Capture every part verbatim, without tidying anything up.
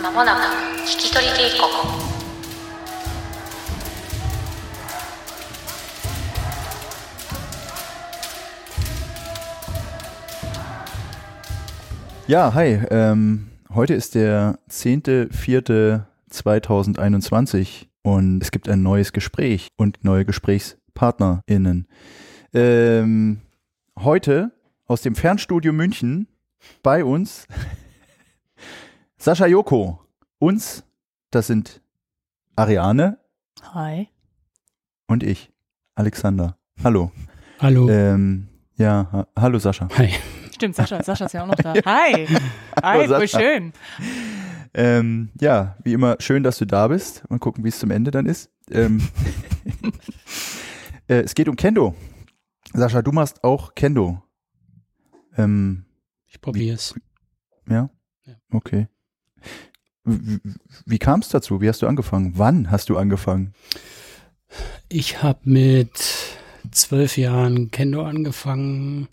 まもなく聞き取り警告。 Ja, hi. Ähm, heute ist der zehnter vierter zweitausendeinundzwanzig und es gibt ein neues Gespräch und neue GesprächspartnerInnen. Ähm, heute aus dem Fernstudio München bei uns Sascha Joko. Uns, das sind Ariane. Hi. Und ich, Alexander. Hallo. Hallo. Ähm, ja, ha- hallo Sascha. Hi. Stimmt, Sascha, Sascha ist ja auch noch da. Hi. Hi, voll schön. Ähm, ja, wie immer, schön, dass du da bist. Mal gucken, wie es zum Ende dann ist. Ähm, äh, es geht um Kendo. Sascha, du machst auch Kendo. Ähm, Ich probiere es. ja? Ja. Okay. Wie, wie kam es dazu? Wie hast du angefangen? Wann hast du angefangen? Ich habe mit zwölf Jahren Kendo angefangen.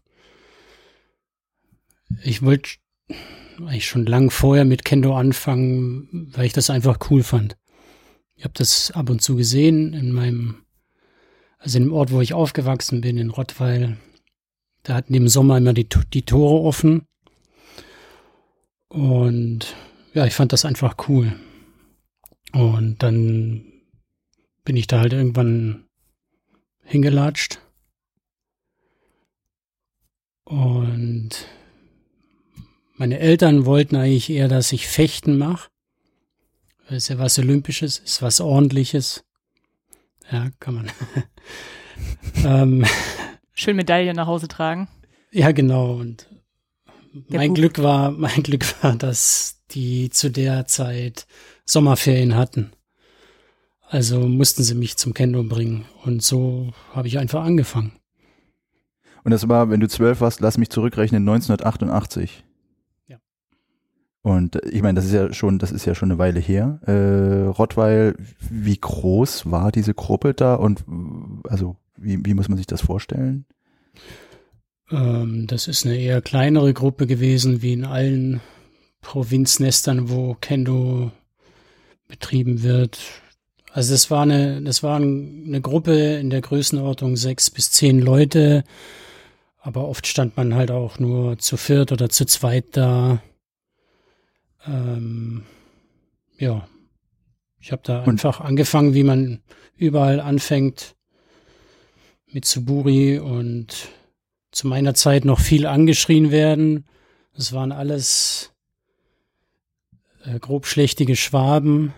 Ich wollte eigentlich schon lang vorher mit Kendo anfangen, weil ich das einfach cool fand. Ich habe das ab und zu gesehen in meinem, also in dem Ort, wo ich aufgewachsen bin, in Rottweil. Da hatten die im Sommer immer die, die Tore offen. Und ja, ich fand das einfach cool. Und dann bin ich da halt irgendwann hingelatscht. Und meine Eltern wollten eigentlich eher, dass ich Fechten mache. Das ist ja was Olympisches, ist was Ordentliches. Ja, kann man. ähm, Schön Medaille nach Hause tragen. ja, genau. Und Der mein Bub. Glück war, mein Glück war, dass die zu der Zeit Sommerferien hatten. Also mussten sie mich zum Kendo bringen. Und so habe ich einfach angefangen. Und das war, wenn du zwölf warst, lass mich zurückrechnen, neunzehnhundertachtundachtzig. Ja. Und äh, ich meine, das ist ja schon, das ist ja schon eine Weile her. Äh, Rottweil, wie groß war diese Gruppe da und äh, also wie, wie muss man sich das vorstellen? Ähm, das ist eine eher kleinere Gruppe gewesen, wie in allen Provinznestern, wo Kendo betrieben wird. Also das war eine, das war eine Gruppe in der Größenordnung sechs bis zehn Leute, aber oft stand man halt auch nur zu viert oder zu zweit da. Ähm, ja, ich habe da Und- einfach angefangen, wie man überall anfängt mit Suburi und zu meiner Zeit noch viel angeschrien werden. Das waren alles äh, grobschlächtige Schwaben,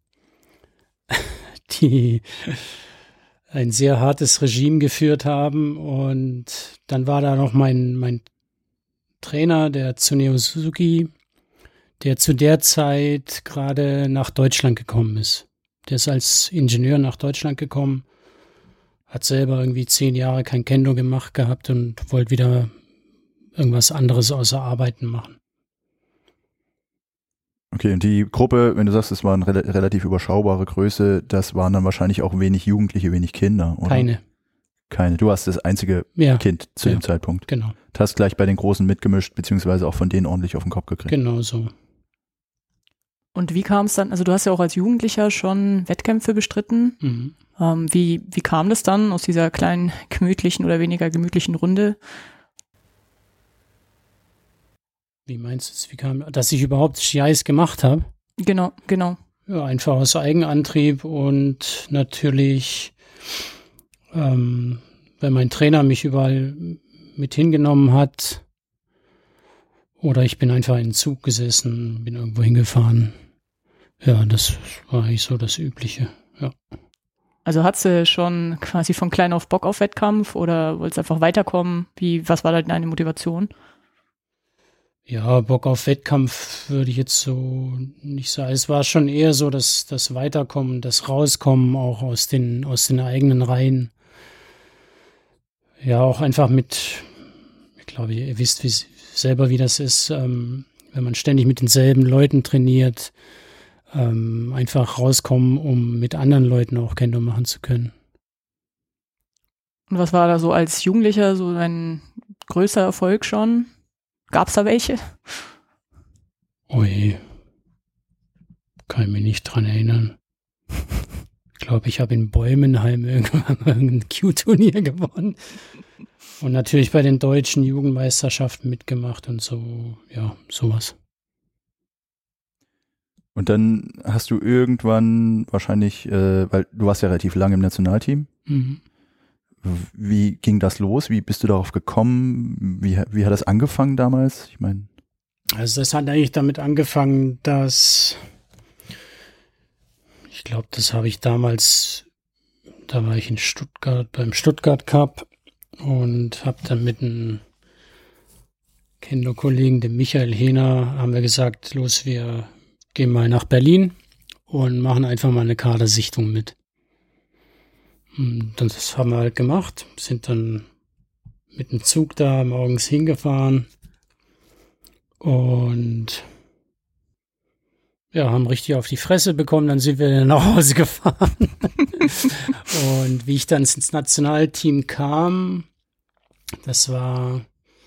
die ein sehr hartes Regime geführt haben. Und dann war da noch mein, mein Trainer, der Tsuneo Suzuki, der zu der Zeit gerade nach Deutschland gekommen ist. Der ist als Ingenieur nach Deutschland gekommen, hat selber irgendwie zehn Jahre kein Kendo gemacht gehabt und wollte wieder irgendwas anderes außer Arbeiten machen. Okay, und die Gruppe, wenn du sagst, es war eine rel- relativ überschaubare Größe, das waren dann wahrscheinlich auch wenig Jugendliche, wenig Kinder, oder? Keine. Keine. Du warst das einzige Ja, Kind zu Ja. dem Zeitpunkt. genau. Du hast gleich bei den Großen mitgemischt, beziehungsweise auch von denen ordentlich auf den Kopf gekriegt. Genau so. Und wie kam es dann, also du hast ja auch als Jugendlicher schon Wettkämpfe bestritten. Mhm. Ähm, wie, wie kam das dann aus dieser kleinen, gemütlichen oder weniger gemütlichen Runde? Wie meinst du es? Wie kam, dass ich überhaupt Shiais gemacht habe? Genau, genau. Ja, einfach aus Eigenantrieb und natürlich, ähm, weil mein Trainer mich überall mit hingenommen hat. Oder ich bin einfach in den Zug gesessen, bin irgendwo hingefahren. Ja, das war eigentlich so das Übliche. Ja. Also hattest du schon quasi von klein auf Bock auf Wettkampf oder wolltest einfach weiterkommen? Wie, was war da deine Motivation? Ja, Bock auf Wettkampf würde ich jetzt so nicht sagen. Es war schon eher so, dass das Weiterkommen, das Rauskommen auch aus den, aus den eigenen Reihen. Ja, auch einfach mit, ich glaube, ihr wisst wie, selber, wie das ist, ähm, wenn man ständig mit denselben Leuten trainiert, ähm, einfach rauskommen, um mit anderen Leuten auch Kendo machen zu können. Und was war da so als Jugendlicher so dein größter Erfolg schon? Gab's da welche? Ui. kann ich mich nicht dran erinnern. Ich glaube, ich habe in Bäumenheim irgendwann mal ein Q-Turnier gewonnen. Und natürlich bei den deutschen Jugendmeisterschaften mitgemacht und so, ja, sowas. Und dann hast du irgendwann wahrscheinlich, äh, weil du warst ja relativ lange im Nationalteam. Mhm. Wie ging das los? Wie bist du darauf gekommen? Wie, wie hat das angefangen damals? Ich meine. Also das hat eigentlich damit angefangen, dass ich glaube, das habe ich damals, da war ich in Stuttgart beim Stuttgart Cup und habe dann mit einem Kendo-Kollegen, dem Michael Hehner, haben wir gesagt, los, wir gehen mal nach Berlin und machen einfach mal eine Kadersichtung mit. Und das haben wir halt gemacht, sind dann mit dem Zug da morgens hingefahren und ja, haben richtig auf die Fresse bekommen, dann sind wir nach Hause gefahren. Und wie ich dann ins Nationalteam kam, das war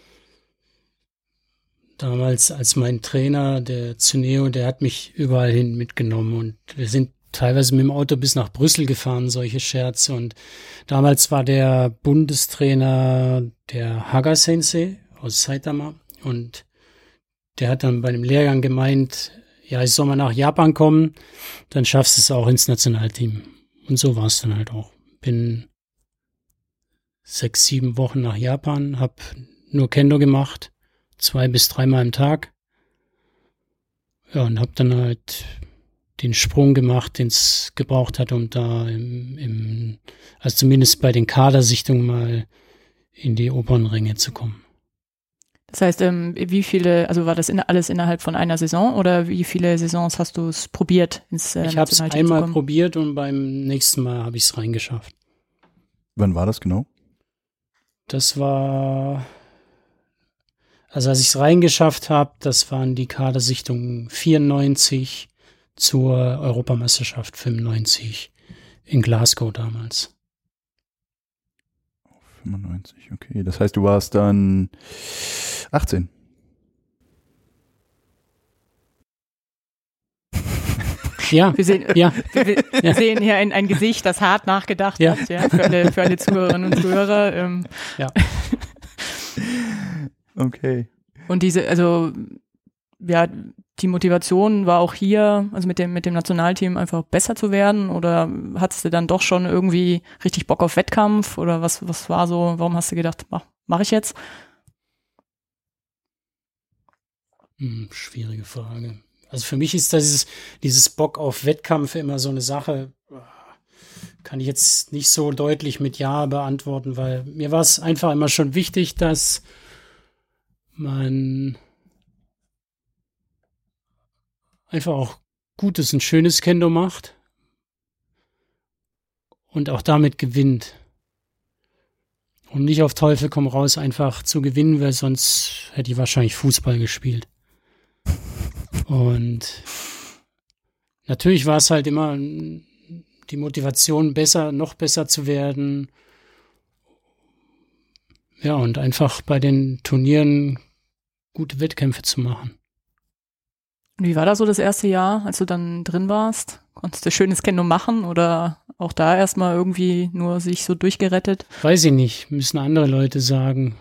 damals als mein Trainer, der Zuneo, der hat mich überall hin mitgenommen und wir sind teilweise mit dem Auto bis nach Brüssel gefahren, solche Scherze. Und damals war der Bundestrainer der Haga-Sensei aus Saitama und der hat dann bei dem Lehrgang gemeint, ja, ich soll mal nach Japan kommen, dann schaffst du es auch ins Nationalteam. Und so war es dann halt auch. Bin sechs, sieben Wochen nach Japan, hab nur Kendo gemacht, zwei bis dreimal am Tag. Ja, und hab dann halt den Sprung gemacht, den es gebraucht hat, um da im, im, also zumindest bei den Kadersichtungen mal in die oberen Ränge zu kommen. Das heißt, ähm, wie viele, also war das in, alles innerhalb von einer Saison oder wie viele Saisons hast du es probiert ins äh, Ich habe es Nationalteam zu einmal kommen? probiert und beim nächsten Mal habe ich es reingeschafft. Wann war das genau? Das war, also als ich es reingeschafft habe, das waren die Kadersichtungen vierundneunzig zur Europameisterschaft fünfundneunzig in Glasgow damals. fünfundneunzig, okay. Das heißt, du warst dann achtzehn. Ja, Wir sehen, ja. wir, wir Ja. sehen hier ein, ein Gesicht, das hart nachgedacht Ja. hat, ja, für alle, für alle Zuhörerinnen und Zuhörer. Ähm, Ja. Okay. Und diese, also ja, die Motivation war auch hier, also mit dem mit dem Nationalteam einfach besser zu werden, oder hattest du dann doch schon irgendwie richtig Bock auf Wettkampf, oder was was war so, warum hast du gedacht, mach, mach ich jetzt? Hm, schwierige Frage. Also für mich ist das dieses, dieses Bock auf Wettkampf immer so eine Sache, kann ich jetzt nicht so deutlich mit Ja beantworten, weil mir war es einfach immer schon wichtig, dass man einfach auch gutes und schönes Kendo macht und auch damit gewinnt. Und nicht auf Teufel komm raus einfach zu gewinnen, weil sonst hätte ich wahrscheinlich Fußball gespielt. Und natürlich war es halt immer die Motivation, besser, noch besser zu werden. Ja, und einfach bei den Turnieren gute Wettkämpfe zu machen. Und wie war da so das erste Jahr, als du dann drin warst? Konntest du schönes Kendo machen oder auch da erstmal irgendwie nur sich so durchgerettet? Weiß ich nicht, müssen andere Leute sagen.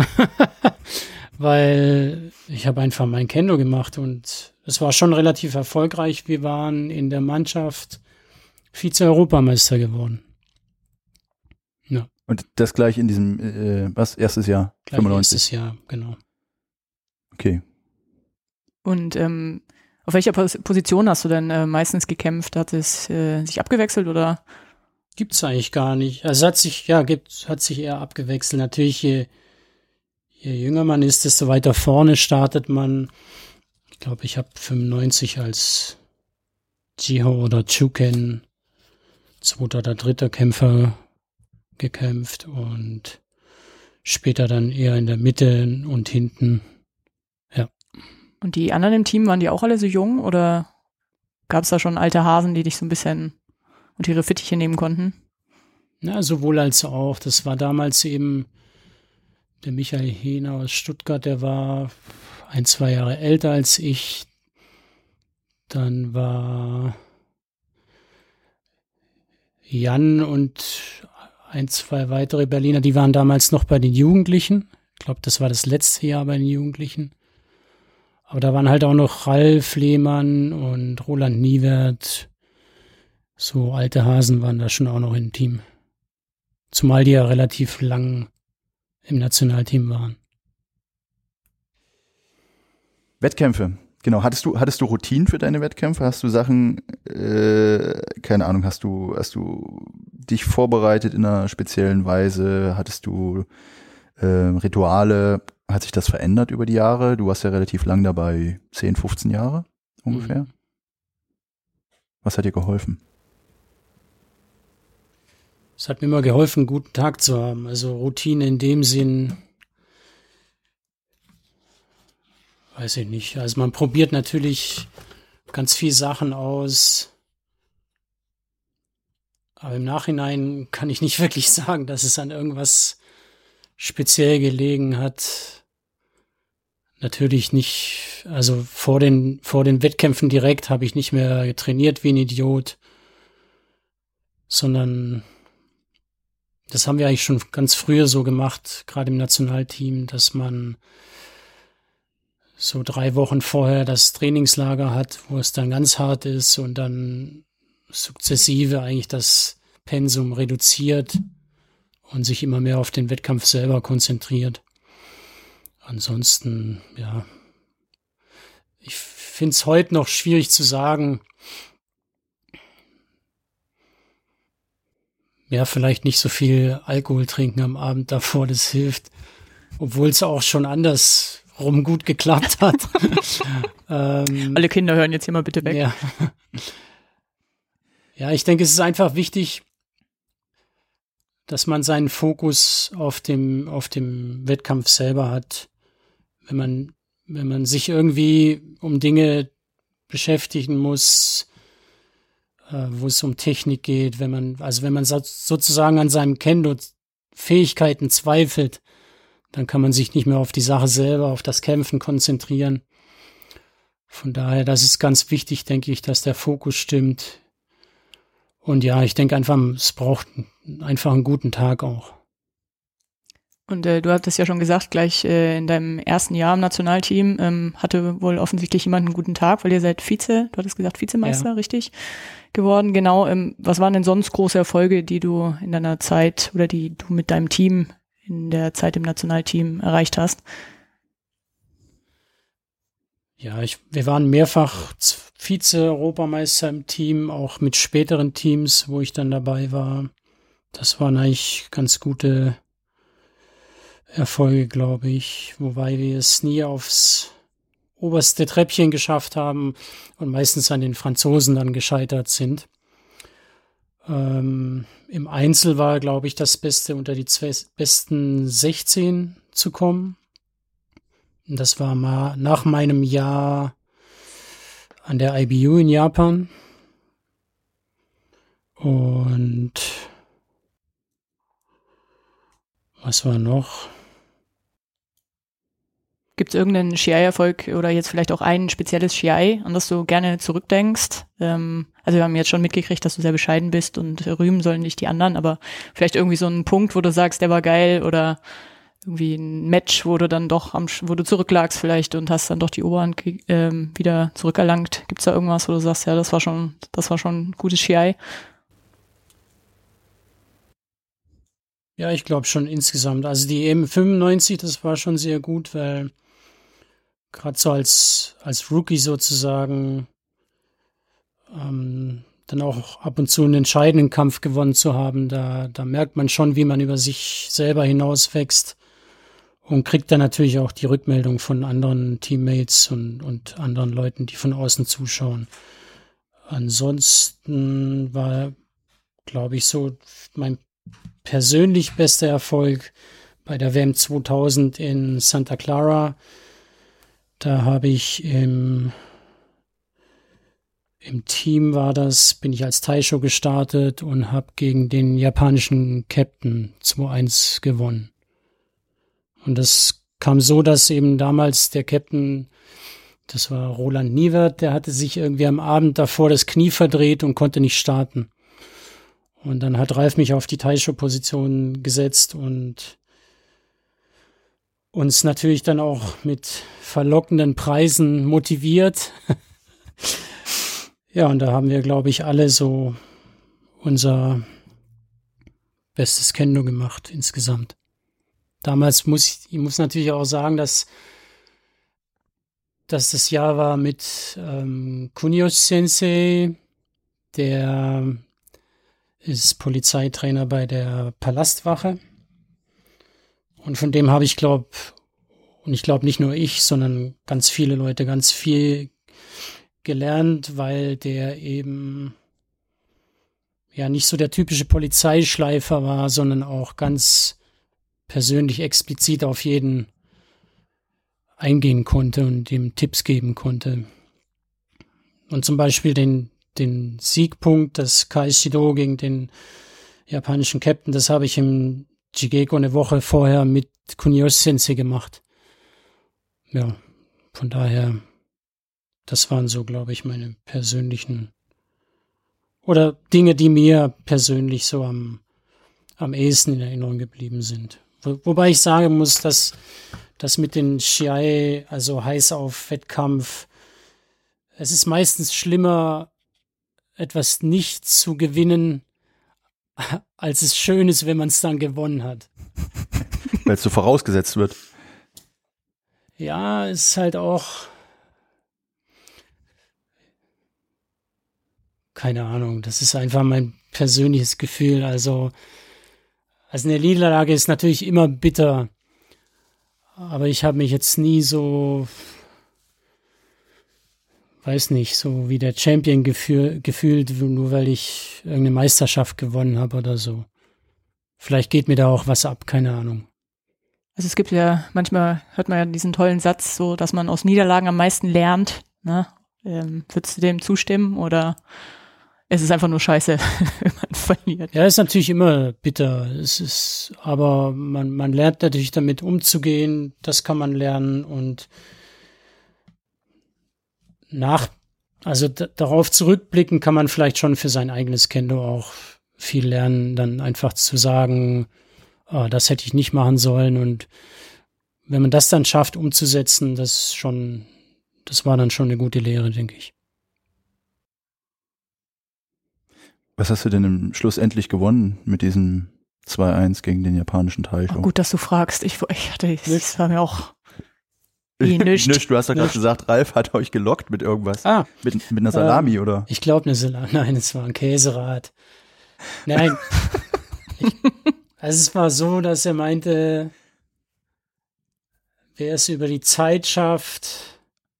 Weil ich habe einfach mein Kendo gemacht und es war schon relativ erfolgreich. Wir waren in der Mannschaft Vize-Europameister geworden. Ja. Und das gleich in diesem, äh, was, erstes Jahr? Gleich fünfundneunzig. erstes Jahr, genau. Okay. Und ähm, auf welcher Pos- Position hast du denn äh, meistens gekämpft? Hat es äh, sich abgewechselt oder? Gibt's eigentlich gar nicht. Also es hat sich, ja, gibt, hat sich eher abgewechselt. Natürlich, je, je jünger man ist, desto weiter vorne startet man. Ich glaube, ich habe fünfundneunzig als Jiho oder Chuken, zweiter oder dritter Kämpfer gekämpft und später dann eher in der Mitte und hinten. Ja. Und die anderen im Team, waren die auch alle so jung oder gab es da schon alte Hasen, die dich so ein bisschen unter ihre Fittiche nehmen konnten? Ja, sowohl als auch. Das war damals eben der Michael Hehner aus Stuttgart, der war ein, zwei Jahre älter als ich. Dann war Jan und ein, zwei weitere Berliner, die waren damals noch bei den Jugendlichen. Ich glaube, das war das letzte Jahr bei den Jugendlichen. Aber da waren halt auch noch Ralf Lehmann und Roland Niewert. So alte Hasen waren da schon auch noch im Team. Zumal die ja relativ lang im Nationalteam waren. Wettkämpfe. Genau, hattest du, hattest du Routinen für deine Wettkämpfe? Hast du Sachen, äh, keine Ahnung, hast du, hast du dich vorbereitet in einer speziellen Weise? Hattest du äh, Rituale? Hat sich das verändert über die Jahre? Du warst ja relativ lang dabei, zehn, fünfzehn Jahre ungefähr. Mhm. Was hat dir geholfen? Es hat mir immer geholfen, einen guten Tag zu haben. Also Routine in dem Sinn, weiß ich nicht. Also man probiert natürlich ganz viele Sachen aus. Aber im Nachhinein kann ich nicht wirklich sagen, dass es an irgendwas speziell gelegen hat. Natürlich nicht, also vor den, vor den Wettkämpfen direkt habe ich nicht mehr trainiert wie ein Idiot, sondern das haben wir eigentlich schon ganz früher so gemacht, gerade im Nationalteam, dass man so drei Wochen vorher das Trainingslager hat, wo es dann ganz hart ist und dann sukzessive eigentlich das Pensum reduziert und sich immer mehr auf den Wettkampf selber konzentriert. Ansonsten, ja, ich finde es heute noch schwierig zu sagen, ja, vielleicht nicht so viel Alkohol trinken am Abend davor, das hilft, obwohl es auch schon andersrum gut geklappt hat. ähm, Alle Kinder hören jetzt hier mal bitte weg. Ja. Ja, ich denke, es ist einfach wichtig, dass man seinen Fokus auf dem, auf dem Wettkampf selber hat. Wenn man, wenn man sich irgendwie um Dinge beschäftigen muss, äh, wo es um Technik geht, wenn man, also wenn man so, sozusagen an seinem Kendo-Fähigkeiten zweifelt, dann kann man sich nicht mehr auf die Sache selber, auf das Kämpfen konzentrieren. Von daher, das ist ganz wichtig, denke ich, dass der Fokus stimmt. Und ja, ich denke einfach, es braucht einfach einen guten Tag auch. Und äh, du hattest ja schon gesagt, gleich äh, in deinem ersten Jahr im Nationalteam ähm, hatte wohl offensichtlich jemand einen guten Tag, weil ihr seid Vize, du hattest gesagt Vizemeister, ja. Richtig, geworden. Genau, ähm, was waren denn sonst große Erfolge, die du in deiner Zeit oder die du mit deinem Team in der Zeit im Nationalteam erreicht hast? Ja, ich, wir waren mehrfach Vize-Europameister im Team, auch mit späteren Teams, wo ich dann dabei war. Das waren eigentlich ganz gute Erfolge, glaube ich, wobei wir es nie aufs oberste Treppchen geschafft haben und meistens an den Franzosen dann gescheitert sind. Ähm, im Einzel war, glaube ich, das Beste, unter die zwei besten sechzehn zu kommen. Das war mal nach meinem Jahr an der I B U in Japan. Und was war noch? Gibt es irgendeinen Ski-Erfolg oder jetzt vielleicht auch ein spezielles Ski, an das du gerne zurückdenkst? Ähm, also wir haben jetzt schon mitgekriegt, dass du sehr bescheiden bist und rühmen sollen nicht die anderen, aber vielleicht irgendwie so ein Punkt, wo du sagst, der war geil oder irgendwie ein Match, wo du dann doch am, wo du zurücklagst vielleicht und hast dann doch die Oberhand ähm, wieder zurückerlangt. Gibt's da irgendwas, wo du sagst, ja, das war schon, das war schon ein gutes Ski? Ja, ich glaube schon insgesamt. Also die E M fünfundneunzig, das war schon sehr gut, weil gerade so als als Rookie sozusagen ähm, dann auch ab und zu einen entscheidenden Kampf gewonnen zu haben, da da merkt man schon, wie man über sich selber hinauswächst und kriegt dann natürlich auch die Rückmeldung von anderen Teammates und und anderen Leuten, die von außen zuschauen. Ansonsten war, glaube ich, so mein persönlich bester Erfolg bei der W M zweitausend in Santa Clara. Da habe ich im, im Team war das, bin ich als Taisho gestartet und habe gegen den japanischen Captain zwei eins gewonnen. Und das kam so, dass eben damals der Captain Das war Roland Niewert, der hatte sich irgendwie am Abend davor das Knie verdreht und konnte nicht starten. Und dann hat Ralf mich auf die Taisho-Position gesetzt und uns natürlich dann auch mit verlockenden Preisen motiviert. Ja, und da haben wir, glaube ich, alle so unser bestes Kendo gemacht insgesamt. Damals muss ich, ich muss natürlich auch sagen, dass dass das Jahr war mit ähm, Kuniyoshi Sensei, der ist Polizeitrainer bei der Palastwache. Und von dem habe ich, glaube, und ich glaube nicht nur ich, sondern ganz viele Leute ganz viel gelernt, weil der eben ja nicht so der typische Polizeischleifer war, sondern auch ganz persönlich explizit auf jeden eingehen konnte und ihm Tipps geben konnte. Und zum Beispiel den, den Siegpunkt, das Kaishido gegen den japanischen Captain, das habe ich im Jigeko eine Woche vorher mit Kuniyoshi Sensei gemacht. Ja, von daher, das waren so, glaube ich, meine persönlichen oder Dinge, die mir persönlich so am, am ehesten in Erinnerung geblieben sind. Wo, wobei ich sagen muss, dass das mit den Shiai, also heiß auf Wettkampf, es ist meistens schlimmer, etwas nicht zu gewinnen, als es schön ist, wenn man es dann gewonnen hat. Weil es so vorausgesetzt wird. Ja, es ist halt auch, keine Ahnung, das ist einfach mein persönliches Gefühl. Also, also eine Niederlage ist natürlich immer bitter, aber ich habe mich jetzt nie so, weiß nicht, so wie der Champion gefühl, gefühlt, nur weil ich irgendeine Meisterschaft gewonnen habe oder so. Vielleicht geht mir da auch was ab, keine Ahnung. Also es gibt ja, manchmal hört man ja diesen tollen Satz, so, dass man aus Niederlagen am meisten lernt, ne? Ähm, würdest du dem zustimmen oder es ist einfach nur scheiße, wenn man verliert? Ja, ist natürlich immer bitter. Es ist, aber man, man lernt natürlich damit umzugehen. Das kann man lernen und nach, also d- darauf zurückblicken kann man vielleicht schon für sein eigenes Kendo auch viel lernen, dann einfach zu sagen, oh, das hätte ich nicht machen sollen. Und wenn man das dann schafft umzusetzen, das ist schon, das war dann schon eine gute Lehre, denke ich. Was hast du denn im Schluss endlich gewonnen mit diesem zwei eins gegen den japanischen Taisho? Oh, gut, dass du fragst. Ich, ich hatte, das war mir auch eh nischt. Nischt, du hast doch gerade gesagt, Ralf hat euch gelockt mit irgendwas. Ah. Mit, mit einer Salami, ähm, oder? Ich glaube eine Salami. Nein, es war ein Käserad. Nein. ich, also es war so, dass er meinte, wer es über die Zeit schafft.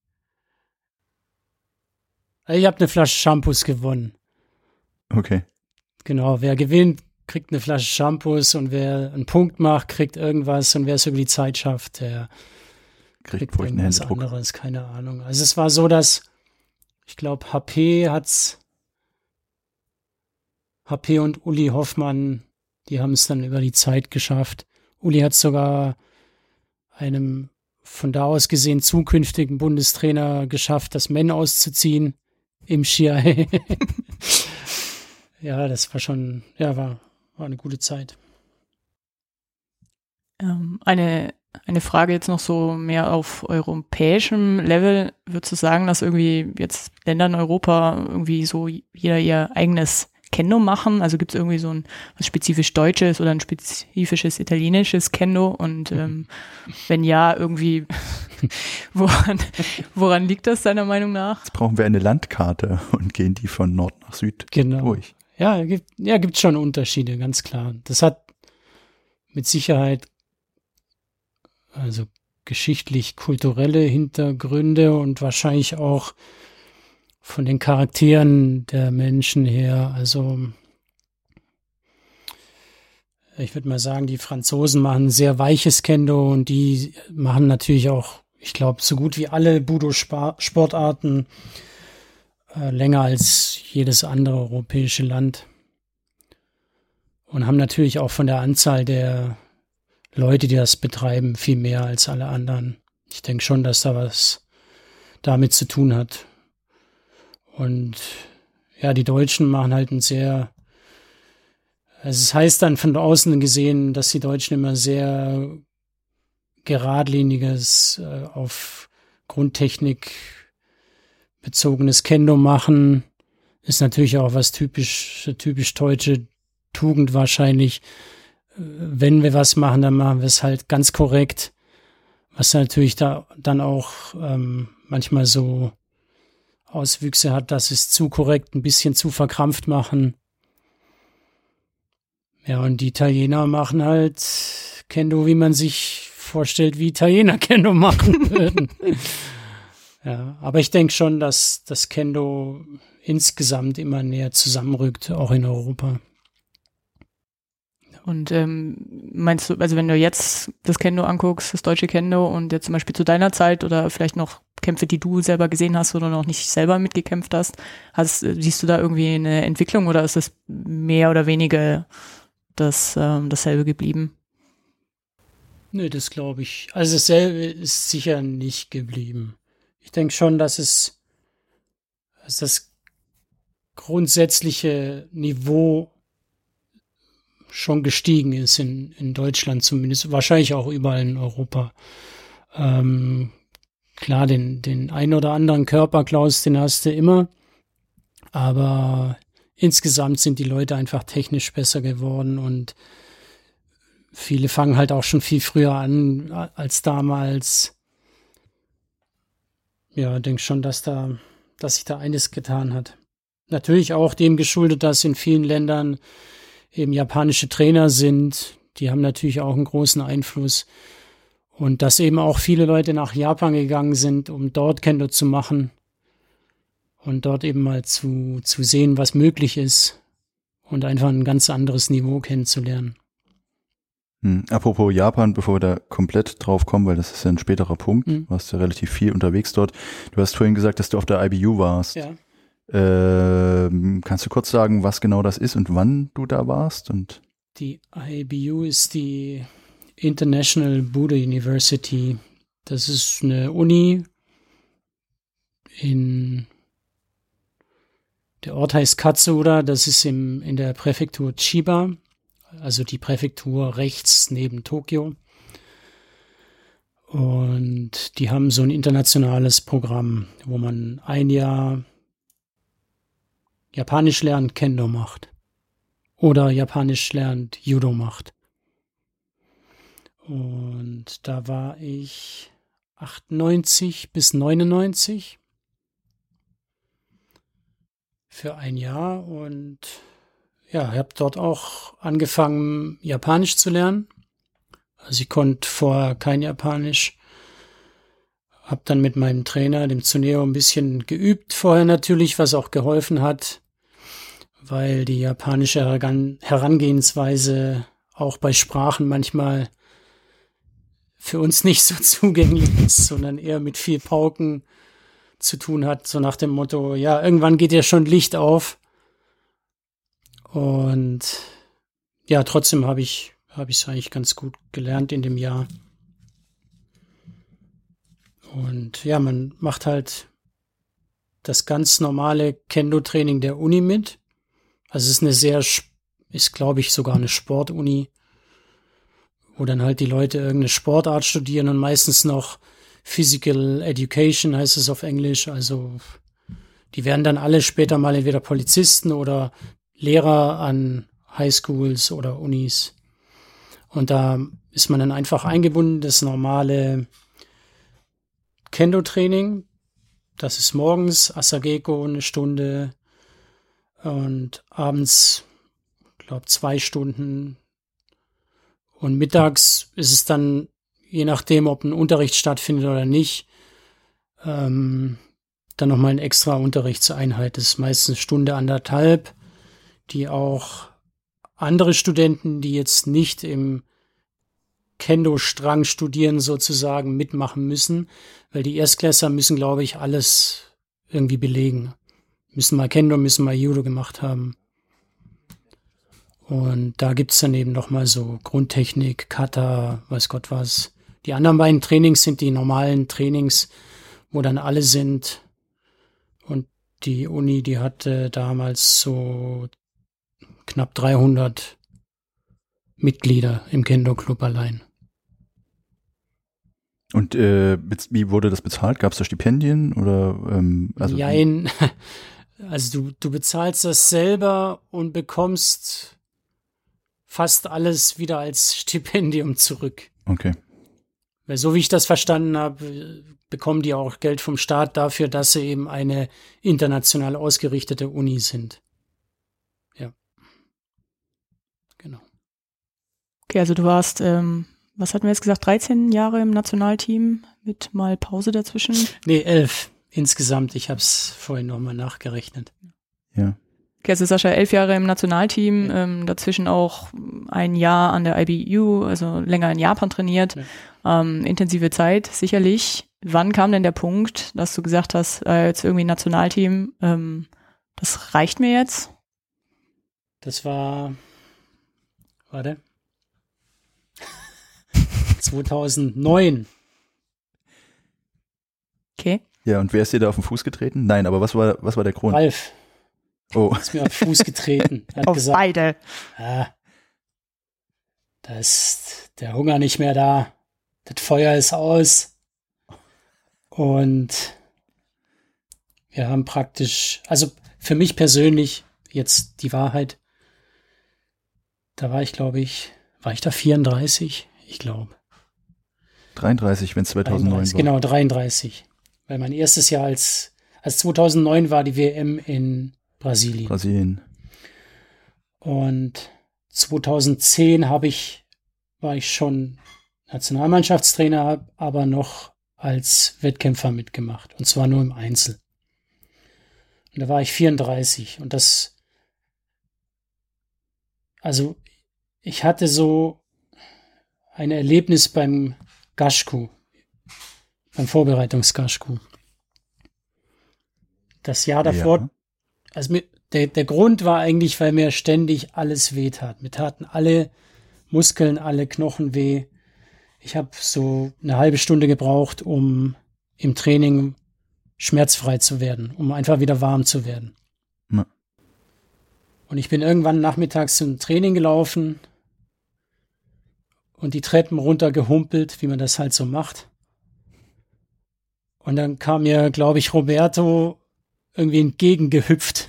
Ich habe eine Flasche Shampoos gewonnen. Okay. Genau, wer gewinnt, kriegt eine Flasche Shampoos und wer einen Punkt macht, kriegt irgendwas und wer es über die Zeit schafft, der Kriegt, kriegt furchten irgendwas Händedruck. anderes, keine Ahnung. Also es war so, dass ich glaube, H P hat's H P und Uli Hoffmann, die haben es dann über die Zeit geschafft. Uli hat sogar einem von da aus gesehen zukünftigen Bundestrainer geschafft, das Men auszuziehen im Shiai. Ja, das war schon, ja, war, war eine gute Zeit. Ähm, eine, eine Frage jetzt noch so mehr auf europäischem Level. Würdest du sagen, dass irgendwie jetzt Länder in Europa irgendwie so jeder ihr eigenes Kendo machen? Also gibt es irgendwie so ein was spezifisch Deutsches oder ein spezifisches italienisches Kendo? Und ähm, wenn ja, irgendwie woran, woran liegt das deiner Meinung nach? Jetzt brauchen wir eine Landkarte und gehen die von Nord nach Süd Genau. durch. Ja, gibt, ja, gibt schon Unterschiede, ganz klar. Das hat mit Sicherheit also geschichtlich-kulturelle Hintergründe und wahrscheinlich auch von den Charakteren der Menschen her. Also ich würde mal sagen, die Franzosen machen sehr weiches Kendo und die machen natürlich auch, ich glaube, so gut wie alle Budo-Sportarten äh, länger als jedes andere europäische Land. Und haben natürlich auch von der Anzahl der Leute, die das betreiben, viel mehr als alle anderen. Ich denke schon, dass da was, damit zu tun hat. Und ja, die Deutschen machen halt ein sehr, also es heißt dann von außen gesehen, dass die Deutschen immer sehr geradliniges, äh, auf Grundtechnik bezogenes Kendo machen. Ist natürlich auch was typisch, typisch deutsche Tugend wahrscheinlich. Wenn wir was machen, dann machen wir es halt ganz korrekt. Was natürlich da dann auch ähm, manchmal so Auswüchse hat, dass es zu korrekt, ein bisschen zu verkrampft machen. Ja, und die Italiener machen halt Kendo, wie man sich vorstellt, wie Italiener Kendo machen würden. Ja, aber ich denke schon, dass das Kendo insgesamt immer näher zusammenrückt, auch in Europa. Und ähm, meinst du, also wenn du jetzt das Kendo anguckst, das deutsche Kendo und jetzt zum Beispiel zu deiner Zeit oder vielleicht noch Kämpfe, die du selber gesehen hast oder noch nicht selber mitgekämpft hast, hast siehst du da irgendwie eine Entwicklung oder ist es mehr oder weniger das ähm, dasselbe geblieben? Nö, das glaube ich. Also dasselbe ist sicher nicht geblieben. Ich denke schon, dass es dass das grundsätzliche Niveau schon gestiegen ist in, in Deutschland zumindest, wahrscheinlich auch überall in Europa. Ähm, klar, den, den ein oder anderen Körperklaus, den hast du immer, aber insgesamt sind die Leute einfach technisch besser geworden und viele fangen halt auch schon viel früher an als damals. Ja, denke schon, dass da, dass sich da eines getan hat. Natürlich auch dem geschuldet, dass in vielen Ländern eben japanische Trainer sind. Die haben natürlich auch einen großen Einfluss. Und dass eben auch viele Leute nach Japan gegangen sind, um dort Kendo zu machen und dort eben mal zu, zu sehen, was möglich ist und einfach ein ganz anderes Niveau kennenzulernen. Hm. Apropos Japan, bevor wir da komplett drauf kommen, weil das ist ja ein späterer Punkt, Hm. du warst ja relativ viel unterwegs dort. Du hast vorhin gesagt, dass du auf der I B U warst. Ja. Ähm, kannst du kurz sagen, was genau das ist und wann du da warst? Und Die I B U ist die International Buddha University. Das ist eine Uni in, der Ort heißt Katsura, das ist im, in der Präfektur Chiba, also die Präfektur rechts neben Tokio. Und die haben so ein internationales Programm, wo man ein Jahr Japanisch lernt, Kendo macht. Oder Japanisch lernt, Judo macht. Und da war ich achtundneunzig bis neunundneunzig für ein Jahr und ja, ich habe dort auch angefangen, Japanisch zu lernen. Also ich konnte vorher kein Japanisch. Habe dann mit meinem Trainer, dem Tsuneo, ein bisschen geübt vorher natürlich, was auch geholfen hat, weil die japanische Herangehensweise auch bei Sprachen manchmal für uns nicht so zugänglich ist, sondern eher mit viel Pauken zu tun hat, so nach dem Motto, ja, irgendwann geht ja schon Licht auf. Und ja, trotzdem habe ich habe ich es eigentlich ganz gut gelernt in dem Jahr. Und ja, man macht halt das ganz normale Kendo-Training der Uni mit. Also es ist eine sehr, ist glaube ich sogar eine Sportuni, wo dann halt die Leute irgendeine Sportart studieren und meistens noch Physical Education heißt es auf Englisch. Also die werden dann alle später mal entweder Polizisten oder Lehrer an Highschools oder Unis. Und da ist man dann einfach eingebunden, das normale Kendo-Training. Das ist morgens Asageko eine Stunde und abends, ich glaube, zwei Stunden. Und mittags ist es dann, je nachdem, ob ein Unterricht stattfindet oder nicht, ähm, dann nochmal eine extra Unterrichtseinheit. Das ist meistens eine Stunde, anderthalb, die auch andere Studenten, die jetzt nicht im Kendo-Strang studieren, sozusagen mitmachen müssen, weil die Erstklässler müssen, glaube ich, alles irgendwie belegen. Müssen mal Kendo, müssen mal Judo gemacht haben. Und da gibt's dann eben nochmal so Grundtechnik, Kata, weiß Gott was. Die anderen beiden Trainings sind die normalen Trainings, wo dann alle sind. Und die Uni, die hatte damals so knapp dreihundert Mitglieder im Kendo-Club allein. Und äh, wie wurde das bezahlt? Gab es da Stipendien oder ähm, also Jein. Also du, du bezahlst das selber und bekommst fast alles wieder als Stipendium zurück. Okay. Weil so wie ich das verstanden habe, bekommen die auch Geld vom Staat dafür, dass sie eben eine international ausgerichtete Uni sind. Ja. Genau. Okay, also du warst, ähm, was hatten wir jetzt gesagt, dreizehn Jahre im Nationalteam mit mal Pause dazwischen? Nee, elf insgesamt. Ich habe es vorhin nochmal nachgerechnet. Ja. Okay, also Sascha, elf Jahre im Nationalteam, Ja. ähm, dazwischen auch ein Jahr an der I B U, also länger in Japan trainiert. Ja. Ähm, intensive Zeit, sicherlich. Wann kam denn der Punkt, dass du gesagt hast, äh, jetzt irgendwie Nationalteam, ähm, das reicht mir jetzt? Das war, warte, zweitausendneun. Okay. Ja, und wer ist dir da auf den Fuß getreten? Nein, aber was war, was war der Grund? Ralf Oh. ist mir auf den Fuß getreten. Hat Auf gesagt, beide. ah, da ist der Hunger nicht mehr da. Das Feuer ist aus. Und wir haben praktisch, also für mich persönlich, jetzt die Wahrheit, da war ich, glaube ich, war ich da vierunddreißig? Ich glaube. dreiunddreißig, wenn es zweitausendneun dreiunddreißig, war. Genau, dreiunddreißig. Weil mein erstes Jahr als, als zweitausendneun war die W M in Brasilien. Brasilien. Und zweitausendzehn habe ich, war ich schon Nationalmannschaftstrainer, aber noch als Wettkämpfer mitgemacht. Und zwar nur im Einzel. Und da war ich vierunddreißig. Und das, also ich hatte so ein Erlebnis beim Gaschku, beim Vorbereitungs-Gaschku. Das Jahr davor, Ja. also mir, der, der Grund war eigentlich, weil mir ständig alles weh tat. Mir taten alle Muskeln, alle Knochen weh. Ich habe so eine halbe Stunde gebraucht, um im Training schmerzfrei zu werden, um einfach wieder warm zu werden. Ja. Und ich bin irgendwann nachmittags zum Training gelaufen und die Treppen runtergehumpelt, wie man das halt so macht. Und dann kam mir, glaube ich, Roberto irgendwie entgegengehüpft.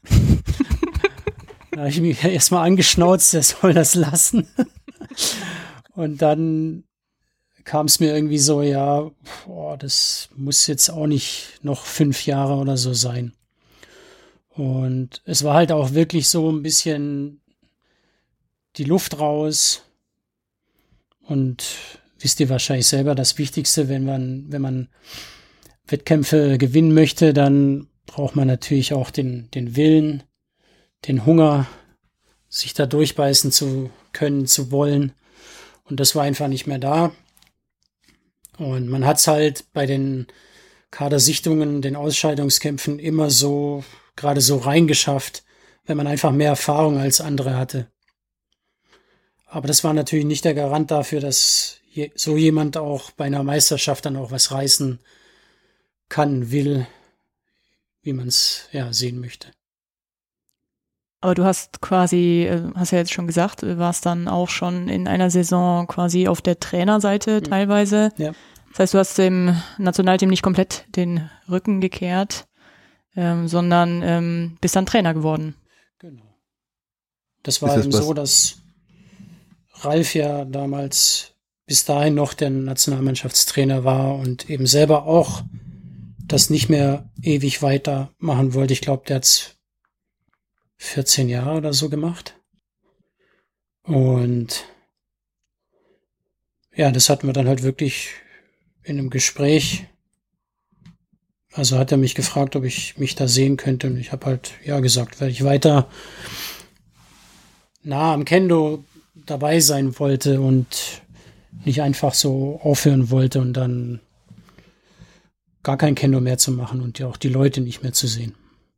Da habe ich mich erstmal angeschnauzt, der soll das lassen. Und dann kam es mir irgendwie so, ja, boah, das muss jetzt auch nicht noch fünf Jahre oder so sein. Und es war halt auch wirklich so ein bisschen die Luft raus. Und wisst ihr wahrscheinlich selber, das Wichtigste, wenn man, wenn man Wettkämpfe gewinnen möchte, dann braucht man natürlich auch den, den Willen, den Hunger, sich da durchbeißen zu können, zu wollen. Und das war einfach nicht mehr da. Und man hat es halt bei den Kadersichtungen, den Ausscheidungskämpfen immer so, gerade so reingeschafft, wenn man einfach mehr Erfahrung als andere hatte. Aber das war natürlich nicht der Garant dafür, dass je, so jemand auch bei einer Meisterschaft dann auch was reißen kann, will, wie man es ja sehen möchte. Aber du hast quasi, hast ja jetzt schon gesagt, warst dann auch schon in einer Saison quasi auf der Trainerseite teilweise. Ja. Das heißt, du hast dem Nationalteam nicht komplett den Rücken gekehrt, ähm, sondern ähm, bist dann Trainer geworden. Genau. Das war Ist das eben was- so, dass Ralf ja damals bis dahin noch der Nationalmannschaftstrainer war und eben selber auch das nicht mehr ewig weitermachen wollte. Ich glaube, der hat's vierzehn Jahre oder so gemacht. Und ja, das hatten wir dann halt wirklich in einem Gespräch. Also hat er mich gefragt, ob ich mich da sehen könnte. Und ich habe halt ja gesagt, weil ich weiter nah am Kendo dabei sein wollte und nicht einfach so aufhören wollte und dann gar kein Kendo mehr zu machen und ja auch die Leute nicht mehr zu sehen.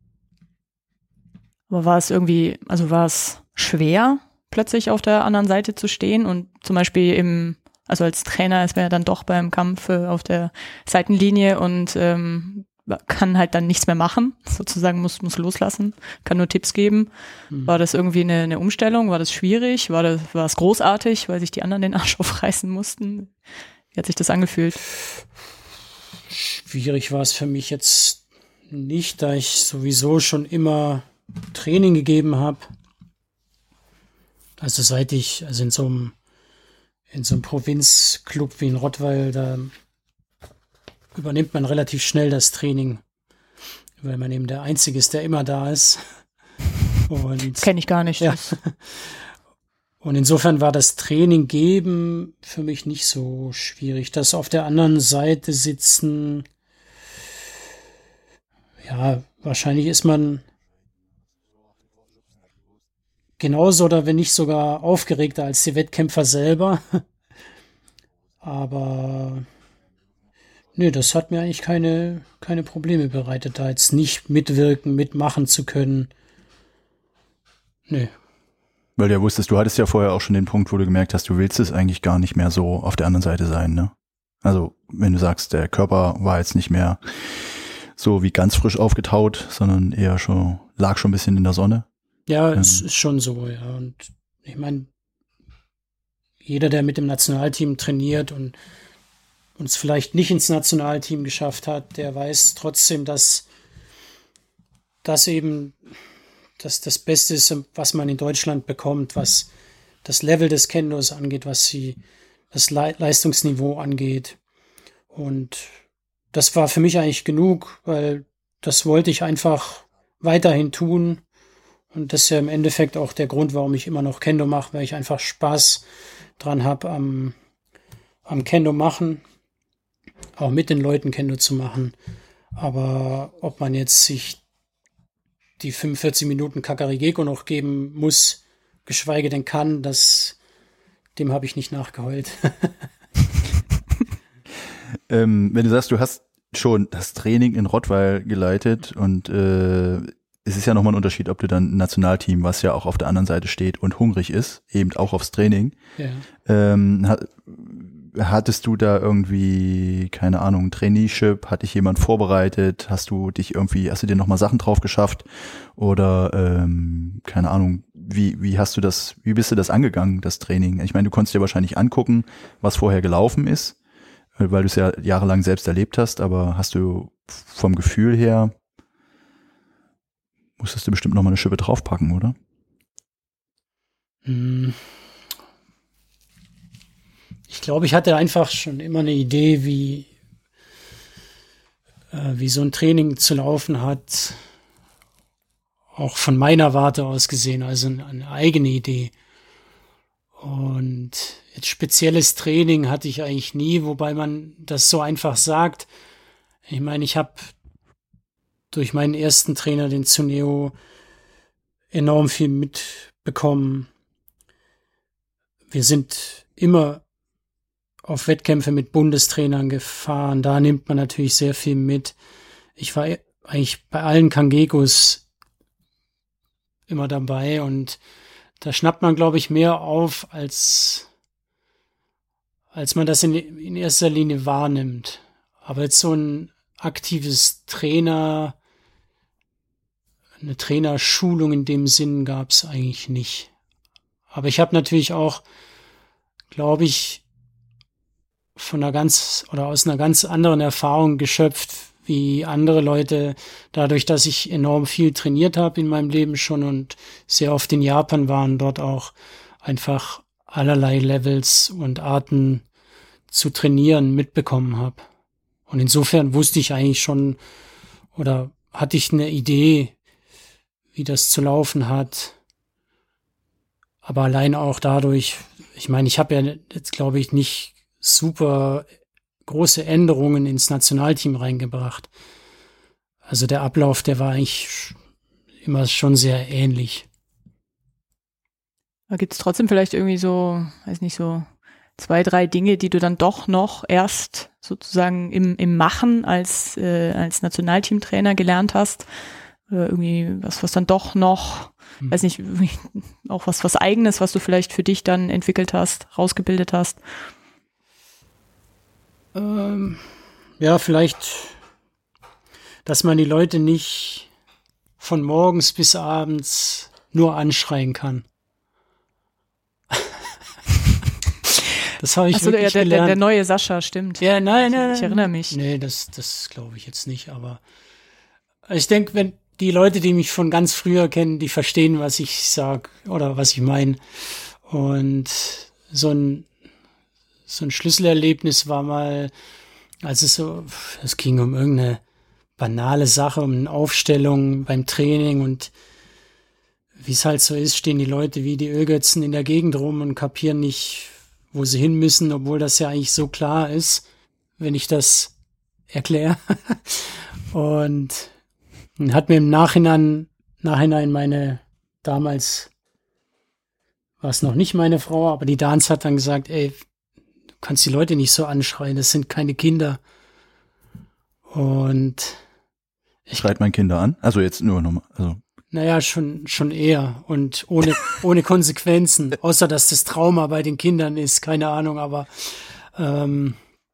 Aber war es irgendwie, also war es schwer, plötzlich auf der anderen Seite zu stehen und zum Beispiel im, Also als Trainer ist man ja dann doch beim Kampf äh, auf der Seitenlinie und ähm, kann halt dann nichts mehr machen, sozusagen muss muss loslassen, kann nur Tipps geben. Mhm. War das irgendwie eine, eine Umstellung? War das schwierig? War das war es großartig, weil sich die anderen den Arsch aufreißen mussten? Wie hat sich das angefühlt? Schwierig war es für mich jetzt nicht, da ich sowieso schon immer Training gegeben habe. Also seit ich, also in so einem in so einem Provinzclub wie in Rottweil, da übernimmt man relativ schnell das Training, weil man eben der Einzige ist, der immer da ist. Und kenne ich gar nicht. Ja. Und insofern war das Training geben für mich nicht so schwierig. Das auf der anderen Seite sitzen, ja, wahrscheinlich ist man genauso oder wenn nicht sogar aufgeregter als die Wettkämpfer selber. Aber nee, das hat mir eigentlich keine, keine Probleme bereitet, da jetzt nicht mitwirken, mitmachen zu können. Nee. Weil du ja wusstest, du hattest ja vorher auch schon den Punkt, wo du gemerkt hast, du willst es eigentlich gar nicht mehr so auf der anderen Seite sein, ne? Also, wenn du sagst, der Körper war jetzt nicht mehr so wie ganz frisch aufgetaut, sondern eher schon, lag schon ein bisschen in der Sonne. Ja, ähm. es ist schon so, ja. Und ich meine, jeder, der mit dem Nationalteam trainiert und uns vielleicht nicht ins Nationalteam geschafft hat, der weiß trotzdem, dass das eben dass das Beste ist, was man in Deutschland bekommt, was das Level des Kendos angeht, was sie, das Le- Leistungsniveau angeht. Und das war für mich eigentlich genug, weil das wollte ich einfach weiterhin tun. Und das ist ja im Endeffekt auch der Grund, warum ich immer noch Kendo mache, weil ich einfach Spaß dran habe, am, am Kendo machen, auch mit den Leuten Kendo zu machen. Aber ob man jetzt sich die fünfundvierzig Minuten Kakarigeko noch geben muss, geschweige denn kann, das, dem habe ich nicht nachgeheult. ähm, wenn du sagst, du hast schon das Training in Rottweil geleitet und äh, es ist ja nochmal ein Unterschied, ob du dann ein Nationalteam, was ja auch auf der anderen Seite steht und hungrig ist, eben auch aufs Training. Ja. Ähm, hat, hattest du da irgendwie, keine Ahnung, ein Traineeship? Hat dich jemand vorbereitet? Hast du dich irgendwie, hast du dir nochmal Sachen drauf geschafft? Oder, ähm, keine Ahnung, wie, wie hast du das, wie bist du das angegangen, das Training? Ich meine, du konntest dir wahrscheinlich angucken, was vorher gelaufen ist, weil du es ja jahrelang selbst erlebt hast, aber hast du vom Gefühl her, musstest du bestimmt nochmal eine Schippe draufpacken, oder? Ich glaube, ich hatte einfach schon immer eine Idee, wie, äh, wie so ein Training zu laufen hat, auch von meiner Warte aus gesehen, also eine eigene Idee. Und jetzt spezielles Training hatte ich eigentlich nie, wobei man das so einfach sagt. Ich meine, ich habe durch meinen ersten Trainer, den Tsuneo, enorm viel mitbekommen. Wir sind immer auf Wettkämpfe mit Bundestrainern gefahren. Da nimmt man natürlich sehr viel mit. Ich war eigentlich bei allen Kangekos immer dabei und da schnappt man, glaube ich, mehr auf, als, als man das in, in erster Linie wahrnimmt. Aber jetzt so ein aktives Trainer, eine Trainerschulung in dem Sinn gab es eigentlich nicht. Aber ich habe natürlich auch, glaube ich, von einer ganz oder aus einer ganz anderen Erfahrung geschöpft wie andere Leute, dadurch, dass ich enorm viel trainiert habe in meinem Leben schon und sehr oft in Japan war und dort auch einfach allerlei Levels und Arten zu trainieren mitbekommen habe. Und insofern wusste ich eigentlich schon oder hatte ich eine Idee, wie das zu laufen hat. Aber allein auch dadurch, ich meine, ich habe ja jetzt, glaube ich, nicht super große Änderungen ins Nationalteam reingebracht. Also der Ablauf, der war eigentlich immer schon sehr ähnlich. Da gibt es trotzdem vielleicht irgendwie so, weiß nicht, so zwei, drei Dinge, die du dann doch noch erst sozusagen im, im Machen als, äh, als Nationalteamtrainer gelernt hast. Oder irgendwie was, was dann doch noch, hm. weiß nicht, auch was, was Eigenes, was du vielleicht für dich dann entwickelt hast, rausgebildet hast. Ähm, ja, vielleicht, dass man die Leute nicht von morgens bis abends nur anschreien kann. Das habe ich Ach so, wirklich der, der, gelernt. der neue Sascha, stimmt. Ja, nein, nein, Ich, ich erinnere mich. Nee, das, das glaube ich jetzt nicht, aber ich denke, wenn die Leute, die mich von ganz früher kennen, die verstehen, was ich sag oder was ich meine. Und so ein, so ein Schlüsselerlebnis war mal, als es so, es ging um irgendeine banale Sache, um eine Aufstellung beim Training und wie es halt so ist, stehen die Leute wie die Ölgötzen in der Gegend rum und kapieren nicht, wo sie hin müssen, obwohl das ja eigentlich so klar ist, wenn ich das erkläre. Und hat mir im Nachhinein, Nachhinein meine, damals war es noch nicht meine Frau, aber die Dance hat dann gesagt, ey, du kannst die Leute nicht so anschreien, das sind keine Kinder. Und Schreit man Kinder an? Also jetzt nur nochmal, also. Naja, schon, schon eher und ohne, ohne Konsequenzen, außer dass das Trauma bei den Kindern ist, keine Ahnung, aber ähm,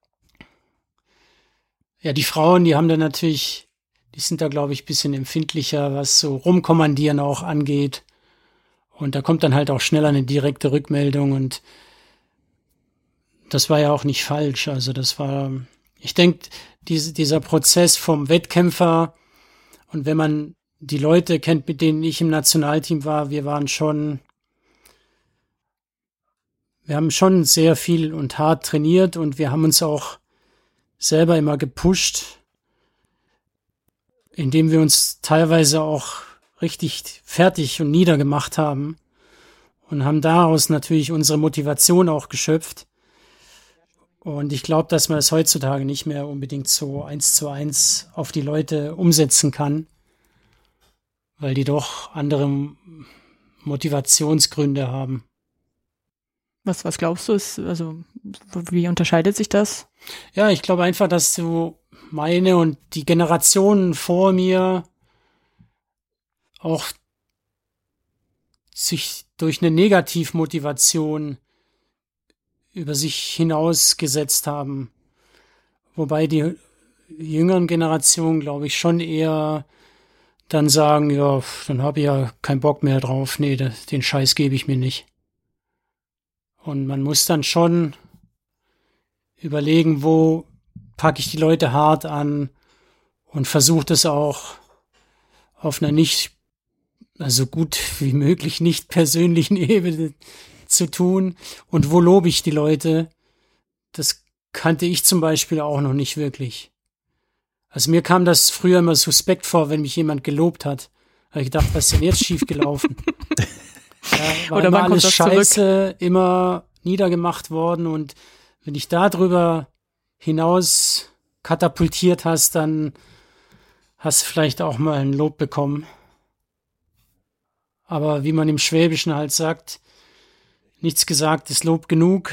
ja, die Frauen, die haben da natürlich, die sind da, glaube ich, ein bisschen empfindlicher, was so Rumkommandieren auch angeht. Und da kommt dann halt auch schneller eine direkte Rückmeldung und das war ja auch nicht falsch. Also das war, ich denke, diese, dieser Prozess vom Wettkämpfer und wenn man die Leute kennt, mit denen ich im Nationalteam war, wir waren schon, wir haben schon sehr viel und hart trainiert und wir haben uns auch selber immer gepusht, indem wir uns teilweise auch richtig fertig und niedergemacht haben und haben daraus natürlich unsere Motivation auch geschöpft. Und ich glaube, dass man es heutzutage nicht mehr unbedingt so eins zu eins auf die Leute umsetzen kann, weil die doch andere Motivationsgründe haben. Was, was glaubst du, ist, also, wie unterscheidet sich das? Ja, ich glaube einfach, dass du meine und die Generationen vor mir auch sich durch eine Negativmotivation über sich hinausgesetzt haben. Wobei die jüngeren Generationen, glaube ich, schon eher dann sagen, ja, dann habe ich ja keinen Bock mehr drauf. Nee, den Scheiß gebe ich mir nicht. Und man muss dann schon überlegen, wo packe ich die Leute hart an und versuche das auch auf einer nicht, also gut wie möglich nicht persönlichen Ebene zu tun. Und wo lobe ich die Leute? Das kannte ich zum Beispiel auch noch nicht wirklich. Also mir kam das früher immer suspekt vor, wenn mich jemand gelobt hat. Da habe ich gedacht, was ist denn jetzt schiefgelaufen? Ja, war Oder immer wann kommt alles das scheiße, zurück? Immer niedergemacht worden und wenn dich darüber hinaus katapultiert hast, dann hast du vielleicht auch mal ein Lob bekommen. Aber wie man im Schwäbischen halt sagt, nichts gesagt ist Lob genug.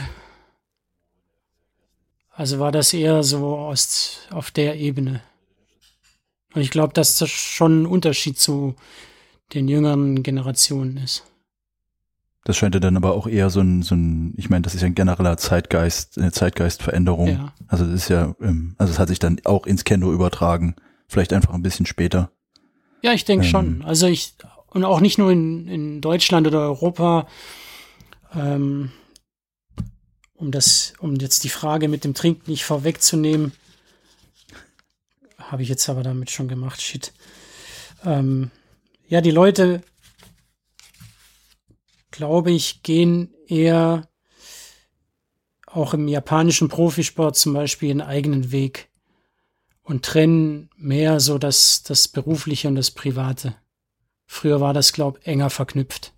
Also war das eher so aus, auf der Ebene. Und ich glaube, dass das schon ein Unterschied zu den jüngeren Generationen ist. Das scheint ja dann aber auch eher so ein, so ein, ich meine, das ist ja ein genereller Zeitgeist, eine Zeitgeistveränderung. Ja. Also das ist ja, also es hat sich dann auch ins Kendo übertragen, vielleicht einfach ein bisschen später. Ja, ich denke ähm. schon. Also ich, und auch nicht nur in, in Deutschland oder Europa, ähm, um das, um jetzt die Frage mit dem Trinken nicht vorwegzunehmen, habe ich jetzt aber damit schon gemacht, shit. Ähm, ja, die Leute, glaube ich, gehen eher auch im japanischen Profisport zum Beispiel einen eigenen Weg und trennen mehr so das, das Berufliche und das Private. Früher war das, glaube ich, enger verknüpft.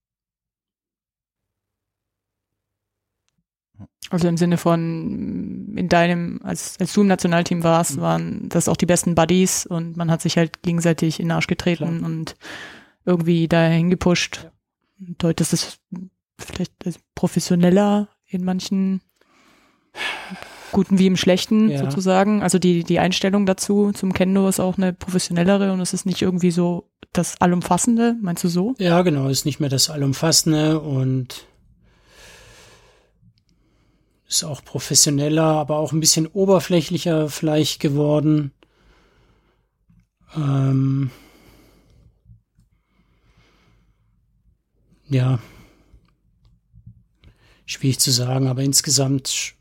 Also im Sinne von in deinem, als, als du im Nationalteam warst, mhm. waren das auch die besten Buddies und man hat sich halt gegenseitig in den Arsch getreten Klar. und irgendwie dahin gepusht. Ja. Und heute ist es vielleicht professioneller in manchen Guten wie im Schlechten ja. sozusagen. Also die, die Einstellung dazu zum Kendo ist auch eine professionellere und es ist nicht irgendwie so das Allumfassende. Meinst du so? Ja, genau, ist nicht mehr das Allumfassende und ist auch professioneller, aber auch ein bisschen oberflächlicher vielleicht geworden. Ähm, ja, schwierig zu sagen, aber insgesamt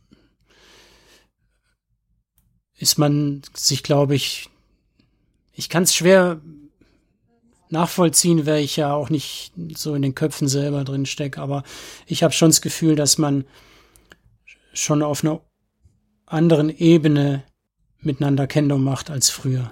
ist man sich, glaube ich, ich kann es schwer nachvollziehen, weil ich ja auch nicht so in den Köpfen selber drin stecke, aber ich habe schon das Gefühl, dass man schon auf einer anderen Ebene miteinander Kendo macht als früher.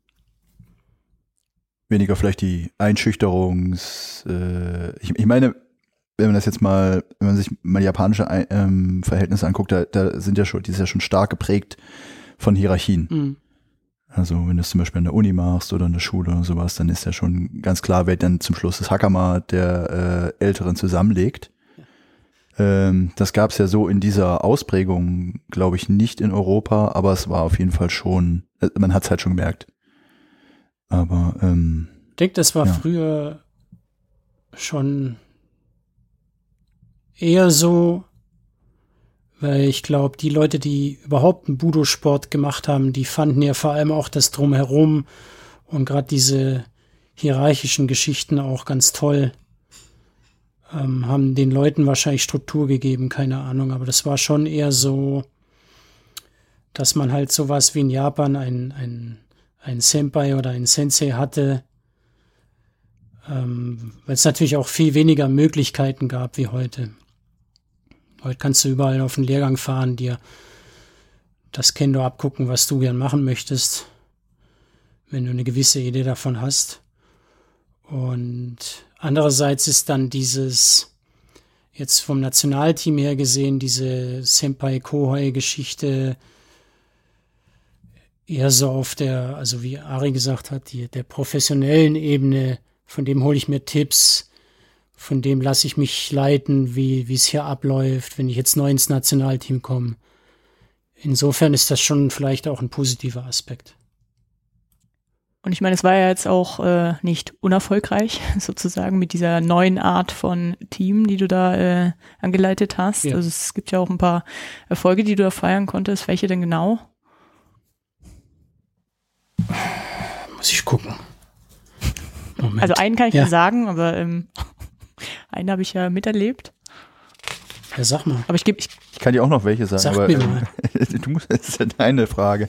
Weniger vielleicht die Einschüchterungs, äh, ich, ich meine, wenn man das jetzt mal, wenn man sich mal japanische Ein- ähm, Verhältnisse anguckt, da, da sind ja schon, die ist ja schon stark geprägt von Hierarchien. Mhm. Also wenn du es zum Beispiel an der Uni machst oder in der Schule oder sowas, dann ist ja schon ganz klar, wer dann zum Schluss das Hakama der äh, Älteren zusammenlegt. Ja. Ähm, das gab es ja so in dieser Ausprägung, glaube ich, nicht in Europa, aber es war auf jeden Fall schon, äh, man hat es halt schon gemerkt. Aber ähm, ich denke, das war ja. früher schon eher so, weil ich glaube, die Leute, die überhaupt einen Budo-Sport gemacht haben, die fanden ja vor allem auch das Drumherum und gerade diese hierarchischen Geschichten auch ganz toll, ähm, haben den Leuten wahrscheinlich Struktur gegeben, keine Ahnung, aber das war schon eher so, dass man halt sowas wie in Japan ein, ein ein Senpai oder ein Sensei hatte, ähm, weil es natürlich auch viel weniger Möglichkeiten gab wie heute. Heute kannst du überall auf den Lehrgang fahren, dir das Kendo abgucken, was du gern machen möchtest, wenn du eine gewisse Idee davon hast. Und andererseits ist dann dieses, jetzt vom Nationalteam her gesehen, diese Senpai-Kohai-Geschichte eher so auf der, also wie Ari gesagt hat, die, der professionellen Ebene, von dem hole ich mir Tipps, von dem lasse ich mich leiten, wie wie es hier abläuft, wenn ich jetzt neu ins Nationalteam komme. Insofern ist das schon vielleicht auch ein positiver Aspekt. Und ich meine, es war ja jetzt auch äh, nicht unerfolgreich, sozusagen, mit dieser neuen Art von Team, die du da äh, angeleitet hast. Ja. Also es gibt ja auch ein paar Erfolge, die du da feiern konntest. Welche denn genau? Muss ich gucken. Moment. Also einen kann ich ja. dir sagen, aber ähm, einen habe ich ja miterlebt. Ja, sag mal. Aber ich gebe, ich, ich kann dir auch noch welche sagen. Sag aber, mir mal. Ähm, du musst, das ist ja deine Frage.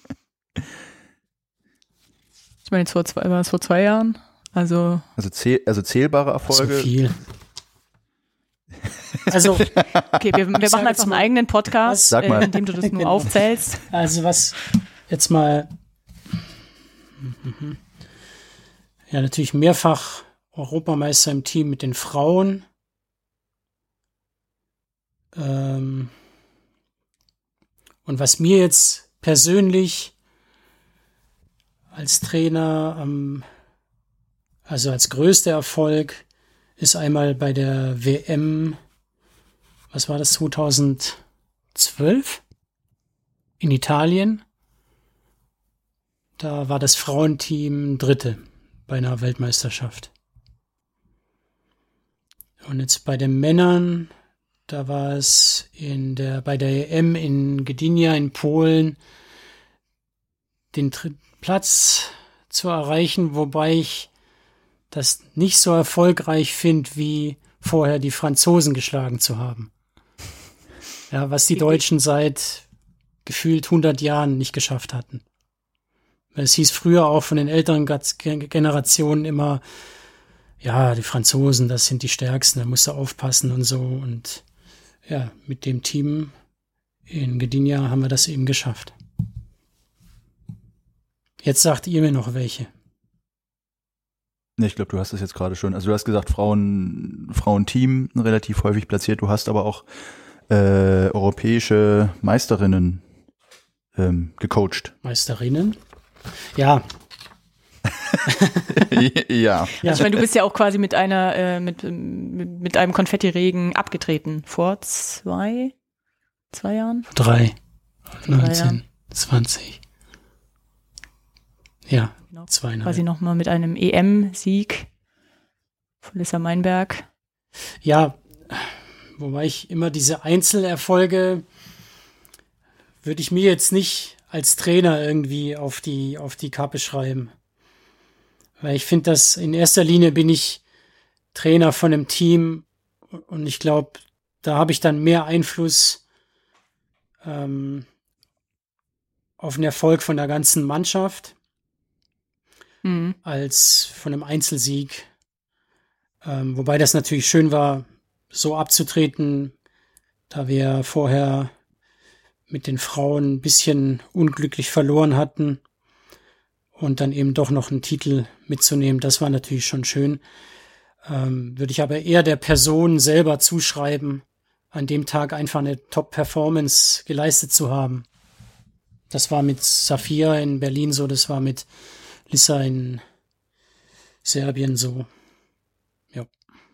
Ich meine, jetzt vor zwei, war es vor zwei Jahren. Also, also, zähl, also zählbare Erfolge. So viel. Also, okay, wir, wir machen einfach einen eigenen Podcast, Sag mal. Äh, in dem du das nur genau. aufzählst. Also was jetzt mal, ja, natürlich mehrfach Europameister im Team mit den Frauen. Ähm, und was mir jetzt persönlich als Trainer, ähm, also als größter Erfolg, ist einmal bei der W M, was war das, zweitausendzwölf in Italien. Da war das Frauenteam Dritte bei einer Weltmeisterschaft. Und jetzt bei den Männern, da war es in der, bei der E M in Gdynia in Polen, den dritten Platz zu erreichen, wobei ich das nicht so erfolgreich finde, wie vorher die Franzosen geschlagen zu haben. Ja, was die Deutschen seit gefühlt hundert Jahren nicht geschafft hatten. Es hieß früher auch von den älteren Generationen immer, ja, die Franzosen, das sind die Stärksten, da musst du aufpassen und so. Und ja, mit dem Team in Gdynia haben wir das eben geschafft. Jetzt sagt ihr mir noch welche. Nee, ich glaube, du hast es jetzt gerade schon. Also du hast gesagt, Frauen, Frauenteam relativ häufig platziert. Du hast aber auch äh, europäische Meisterinnen ähm, gecoacht. Meisterinnen? Ja. ja. Also ich meine, du bist ja auch quasi mit einer, äh, mit, mit, mit einem Konfettiregen abgetreten. Vor zwei, zwei Jahren? Drei. Drei neunzehn, Jahren. zwanzig. Ja, genau. zweieinhalb. Quasi nochmal mit einem E M-Sieg von Lissa Meinberg. Ja, wobei ich immer diese Einzelerfolge, würde ich mir jetzt nicht als Trainer irgendwie auf die, auf die Kappe schreiben. Weil ich finde, dass in erster Linie bin ich Trainer von einem Team und ich glaube, da habe ich dann mehr Einfluss ähm, auf den Erfolg von der ganzen Mannschaft mhm. als von einem Einzelsieg. Ähm, wobei das natürlich schön war, so abzutreten, da wir vorher mit den Frauen ein bisschen unglücklich verloren hatten und dann eben doch noch einen Titel mitzunehmen. Das war natürlich schon schön. Ähm, würde ich aber eher der Person selber zuschreiben, an dem Tag einfach eine Top-Performance geleistet zu haben. Das war mit Safia in Berlin so, das war mit Lissa in Serbien so. Ja.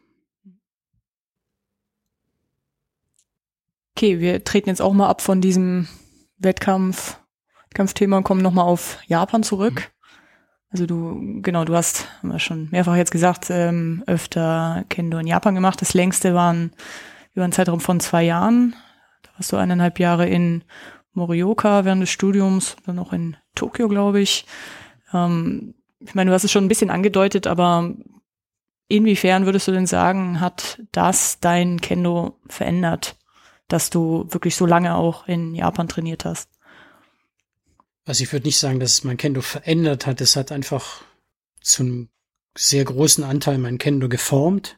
Okay, wir treten jetzt auch mal ab von diesem Wettkampf, Wettkampfthema und kommen nochmal auf Japan zurück. Mhm. Also du, genau, du hast, haben wir schon mehrfach jetzt gesagt, ähm, öfter Kendo in Japan gemacht. Das längste waren über einen Zeitraum von zwei Jahren. Da warst du eineinhalb Jahre in Morioka während des Studiums, dann noch in Tokio, glaube ich. Ähm, ich meine, du hast es schon ein bisschen angedeutet, aber inwiefern würdest du denn sagen, hat das dein Kendo verändert, dass du wirklich so lange auch in Japan trainiert hast? Also ich würde nicht sagen, dass es mein Kendo verändert hat. Es hat einfach zu einem sehr großen Anteil mein Kendo geformt,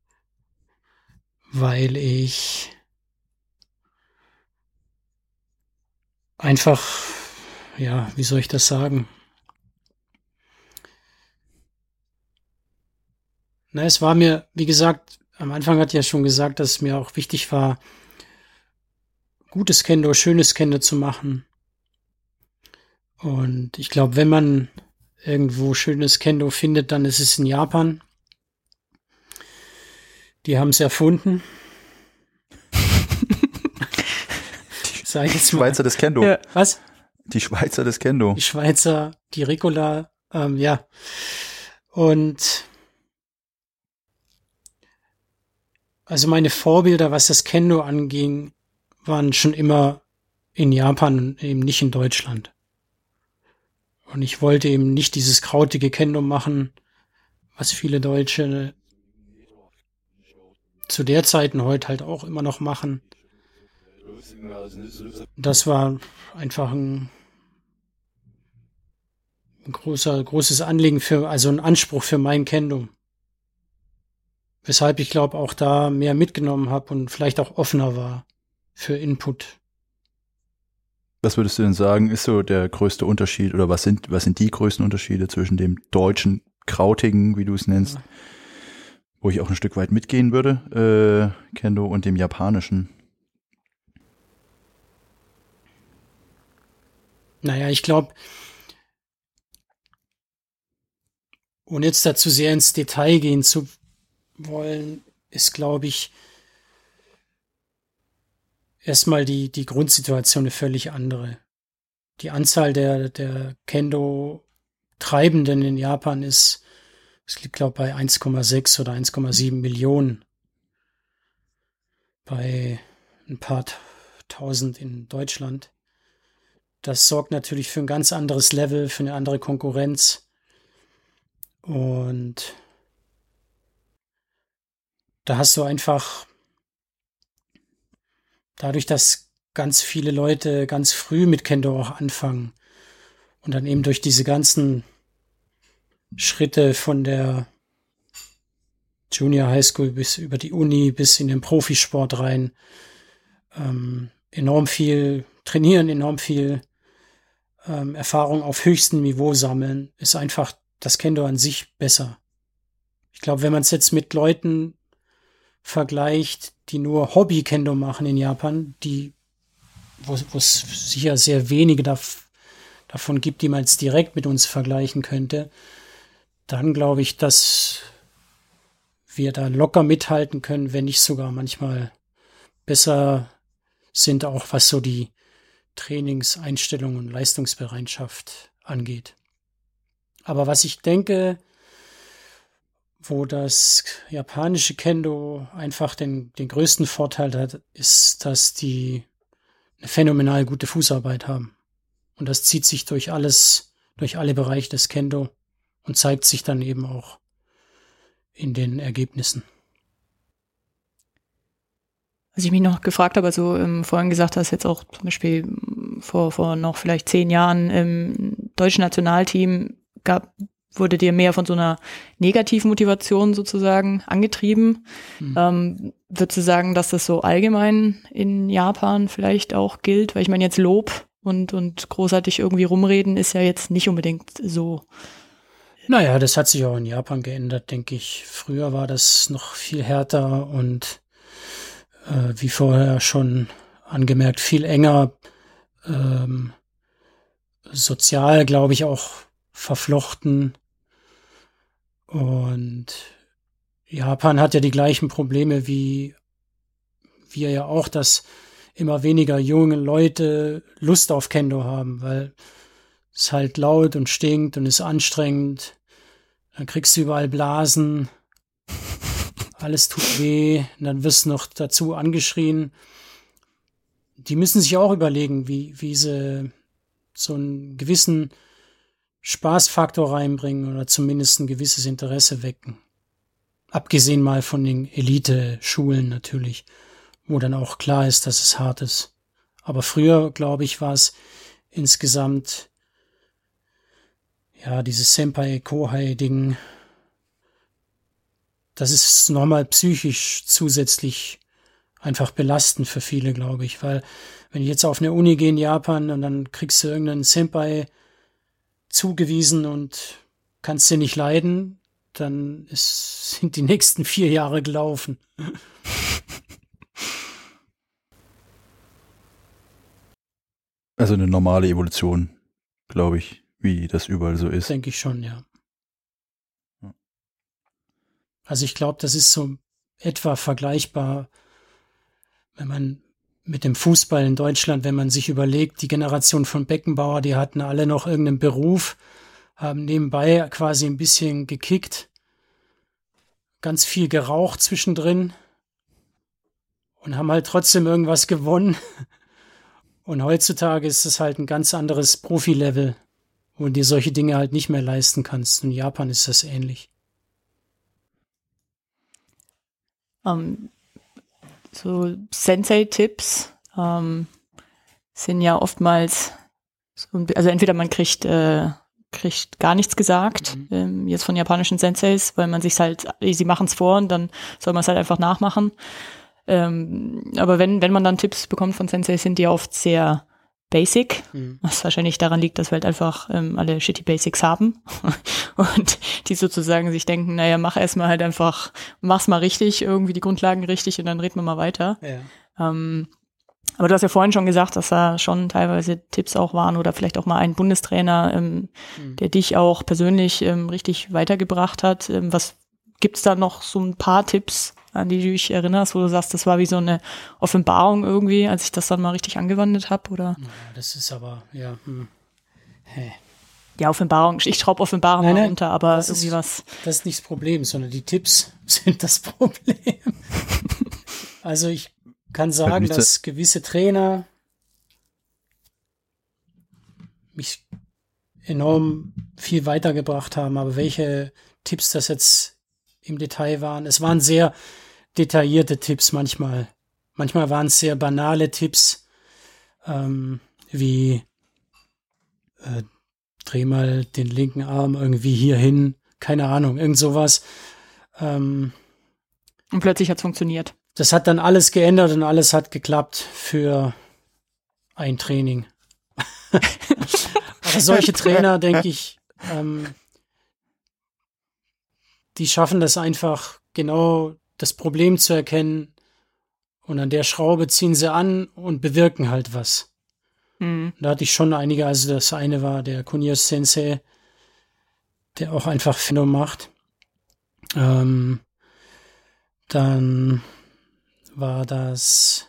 weil ich einfach, ja, wie soll ich das sagen? Na, es war mir, wie gesagt, am Anfang hat ja schon gesagt, dass es mir auch wichtig war, gutes Kendo, schönes Kendo zu machen. Und ich glaube, wenn man irgendwo schönes Kendo findet, dann ist es in Japan. Die haben es erfunden. Sag ich jetzt mal. Schweizer des Kendo. Ja. Was? Die Schweizer des Kendo. Die Schweizer, die Ricola, ähm, ja. Und also meine Vorbilder, was das Kendo anging, waren schon immer in Japan und eben nicht in Deutschland. Und ich wollte eben nicht dieses krautige Kendo machen, was viele Deutsche zu der Zeit und heute halt auch immer noch machen. Das war einfach ein, ein großer, großes Anliegen für, also ein Anspruch für mein Kendo. Weshalb ich glaube auch da mehr mitgenommen habe und vielleicht auch offener war für Input. Was würdest du denn sagen, ist so der größte Unterschied oder was sind, was sind die größten Unterschiede zwischen dem deutschen Krautigen, wie du es nennst, ja, wo ich auch ein Stück weit mitgehen würde, äh, Kendo, und dem japanischen? Naja, ich glaube, ohne jetzt dazu sehr ins Detail gehen zu wollen, ist, glaube ich, erstmal die, die Grundsituation eine völlig andere. Die Anzahl der, der Kendo-Treibenden in Japan ist, es liegt, glaube ich, bei eins Komma sechs oder eins Komma sieben Millionen. Bei ein paar tausend in Deutschland. Das sorgt natürlich für ein ganz anderes Level, für eine andere Konkurrenz. Und da hast du einfach, dadurch, dass ganz viele Leute ganz früh mit Kendo auch anfangen und dann eben durch diese ganzen Schritte von der Junior High School bis über die Uni bis in den Profisport rein ähm, enorm viel trainieren, enorm viel ähm, Erfahrung auf höchstem Niveau sammeln, ist einfach das Kendo an sich besser. Ich glaube, wenn man es jetzt mit Leuten vergleicht, die nur Hobby-Kendo machen in Japan, die, wo es sicher sehr wenige daf- davon gibt, die man jetzt direkt mit uns vergleichen könnte, dann glaube ich, dass wir da locker mithalten können, wenn nicht sogar manchmal besser sind, auch was so die Trainingseinstellung und Leistungsbereitschaft angeht. Aber was ich denke, wo das japanische Kendo einfach den, den größten Vorteil hat, ist, dass die phänomenal gute Fußarbeit haben. Und das zieht sich durch alles, durch alle Bereiche des Kendo und zeigt sich dann eben auch in den Ergebnissen. Was ich mich noch gefragt habe, also ähm, vorhin gesagt hast, jetzt auch zum Beispiel ähm, vor, vor noch vielleicht zehn Jahren im deutschen Nationalteam gab, wurde dir mehr von so einer Negativmotivation sozusagen angetrieben. Mhm. Ähm, würdest du sagen, dass das so allgemein in Japan vielleicht auch gilt? Weil ich meine, jetzt Lob und, und großartig irgendwie rumreden ist ja jetzt nicht unbedingt so. Naja, das hat sich auch in Japan geändert, denke ich. Früher war das noch viel härter und äh, wie vorher schon angemerkt, viel enger, ähm, sozial, glaube ich, auch verflochten. Und Japan hat ja die gleichen Probleme wie wir ja auch, dass immer weniger junge Leute Lust auf Kendo haben, weil es halt laut und stinkt und ist anstrengend. Dann kriegst du überall Blasen. Alles tut weh. Und dann wirst du noch dazu angeschrien. Die müssen sich auch überlegen, wie, wie sie so einen gewissen Spaßfaktor reinbringen oder zumindest ein gewisses Interesse wecken. Abgesehen mal von den Elite-Schulen natürlich, wo dann auch klar ist, dass es hart ist. Aber früher, glaube ich, war es insgesamt ja dieses Senpai-Kohai-Ding. Das ist nochmal psychisch zusätzlich einfach belastend für viele, glaube ich, weil wenn ich jetzt auf eine Uni gehe in Japan und dann kriegst du irgendeinen Senpai zugewiesen und kannst den nicht leiden, dann ist, sind die nächsten vier Jahre gelaufen. Also eine normale Evolution, glaube ich, wie das überall so ist. Denke ich schon, ja. Also ich glaube, das ist so etwa vergleichbar, wenn man mit dem Fußball in Deutschland, wenn man sich überlegt, die Generation von Beckenbauer, die hatten alle noch irgendeinen Beruf, haben nebenbei quasi ein bisschen gekickt, ganz viel geraucht zwischendrin und haben halt trotzdem irgendwas gewonnen. Und heutzutage ist es halt ein ganz anderes Profilevel, wo du dir solche Dinge halt nicht mehr leisten kannst. In Japan ist das ähnlich. Um, so Sensei-Tipps ähm, sind ja oftmals, so, also entweder man kriegt, äh, kriegt gar nichts gesagt, mhm. ähm, jetzt von japanischen Senseis, weil man sich halt, sie machen es vor und dann soll man es halt einfach nachmachen. Ähm, aber wenn, wenn man dann Tipps bekommt von Senseis, sind die oft sehr basic, mhm. was wahrscheinlich daran liegt, dass wir halt einfach ähm, alle shitty Basics haben und die sozusagen sich denken, naja, mach erstmal halt einfach, mach's mal richtig, irgendwie die Grundlagen richtig und dann reden wir mal weiter. Ja. Ähm, aber du hast ja vorhin schon gesagt, dass da schon teilweise Tipps auch waren oder vielleicht auch mal ein Bundestrainer, ähm, mhm. der dich auch persönlich ähm, richtig weitergebracht hat. Ähm, was gibt's da noch so ein paar Tipps, an die du dich erinnerst, wo du sagst, das war wie so eine Offenbarung irgendwie, als ich das dann mal richtig angewandt habe, oder? Ja, das ist aber, ja, hm. Hey. Ja, Offenbarung, ich schraube Offenbarung mal runter, aber das irgendwie ist, was. Das ist nicht das Problem, sondern die Tipps sind das Problem. Also ich kann sagen, dass gewisse Trainer mich enorm viel weitergebracht haben, aber welche Tipps das jetzt im Detail waren, es waren sehr detaillierte Tipps manchmal. Manchmal waren es sehr banale Tipps, ähm, wie äh, dreh mal den linken Arm irgendwie hier hin, keine Ahnung, irgend sowas. Ähm, und plötzlich hat es funktioniert. Das hat dann alles geändert und alles hat geklappt für ein Training. Aber solche Trainer, denke ich, ähm, die schaffen das einfach, genau das Problem zu erkennen und an der Schraube ziehen sie an und bewirken halt was. Mhm. Da hatte ich schon einige, also das eine war der Kuniyoshi Sensei, der auch einfach Phänomen macht. Ähm, dann war das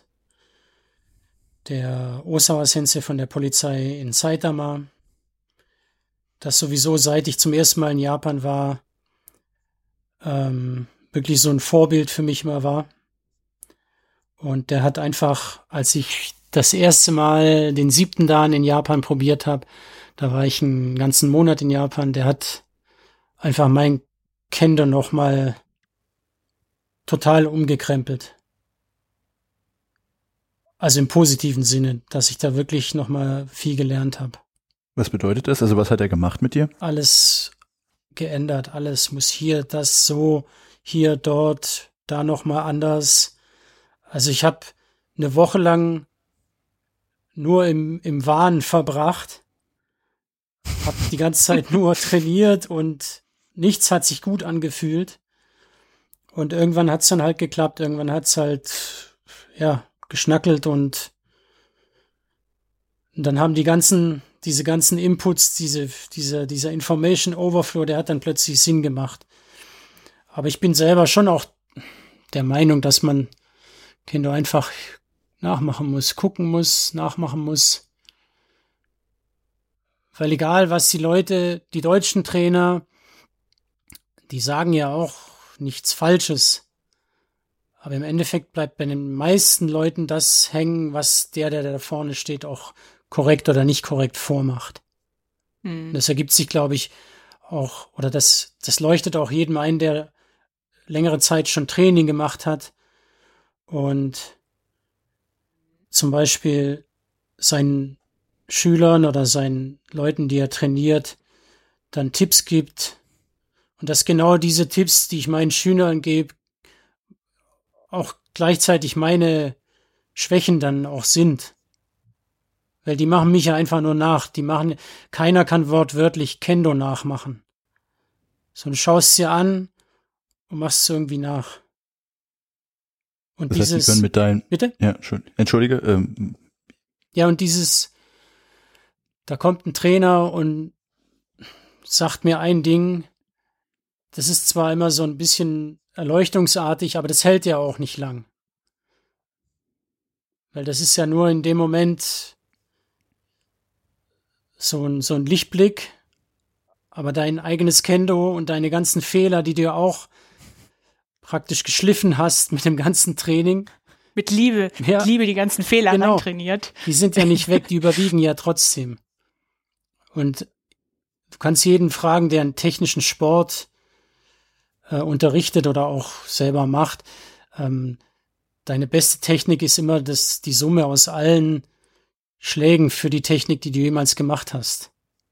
der Osawa Sensei von der Polizei in Saitama, das sowieso, seit ich zum ersten Mal in Japan war, ähm, wirklich so ein Vorbild für mich immer war. Und der hat einfach, als ich das erste Mal den siebten Dan in Japan probiert habe, da war ich einen ganzen Monat in Japan, der hat einfach mein Kendo nochmal total umgekrempelt. Also im positiven Sinne, dass ich da wirklich nochmal viel gelernt habe. Was bedeutet das? Also was hat er gemacht mit dir? Alles geändert, alles muss hier, das so, hier, dort, da nochmal anders. Also ich habe eine Woche lang nur im, im Wahn verbracht, habe die ganze Zeit nur trainiert und nichts hat sich gut angefühlt. Und irgendwann hat's dann halt geklappt, irgendwann hat's halt, ja, geschnackelt und, und dann haben die ganzen, diese ganzen Inputs, diese, diese, dieser Information Overflow, der hat dann plötzlich Sinn gemacht. Aber ich bin selber schon auch der Meinung, dass man Kendo einfach nachmachen muss, gucken muss, nachmachen muss. Weil egal, was die Leute, die deutschen Trainer, die sagen ja auch nichts Falsches. Aber im Endeffekt bleibt bei den meisten Leuten das hängen, was der, der da vorne steht, auch korrekt oder nicht korrekt vormacht. Mhm. Das ergibt sich, glaube ich, auch, oder das, das leuchtet auch jedem ein, der längere Zeit schon Training gemacht hat und zum Beispiel seinen Schülern oder seinen Leuten, die er trainiert, dann Tipps gibt. Und dass genau diese Tipps, die ich meinen Schülern gebe, auch gleichzeitig meine Schwächen dann auch sind. Weil die machen mich ja einfach nur nach. Die machen, keiner kann wortwörtlich Kendo nachmachen. So, du schaust dir an und machst es irgendwie nach. Und das dieses, heißt, die können mit deinen, bitte? Ja, schon, entschuldige. Ähm, ja, und dieses, da kommt ein Trainer und sagt mir ein Ding, das ist zwar immer so ein bisschen erleuchtungsartig, aber das hält ja auch nicht lang. Weil das ist ja nur in dem Moment so ein, so ein Lichtblick, aber dein eigenes Kendo und deine ganzen Fehler, die du ja auch praktisch geschliffen hast mit dem ganzen Training. Mit Liebe, ja, mit Liebe die ganzen Fehler genau, antrainiert. Die sind ja nicht weg, die überwiegen ja trotzdem. Und du kannst jeden fragen, der einen technischen Sport äh, unterrichtet oder auch selber macht. Ähm, deine beste Technik ist immer das, die Summe aus allen Schlägen für die Technik, die du jemals gemacht hast.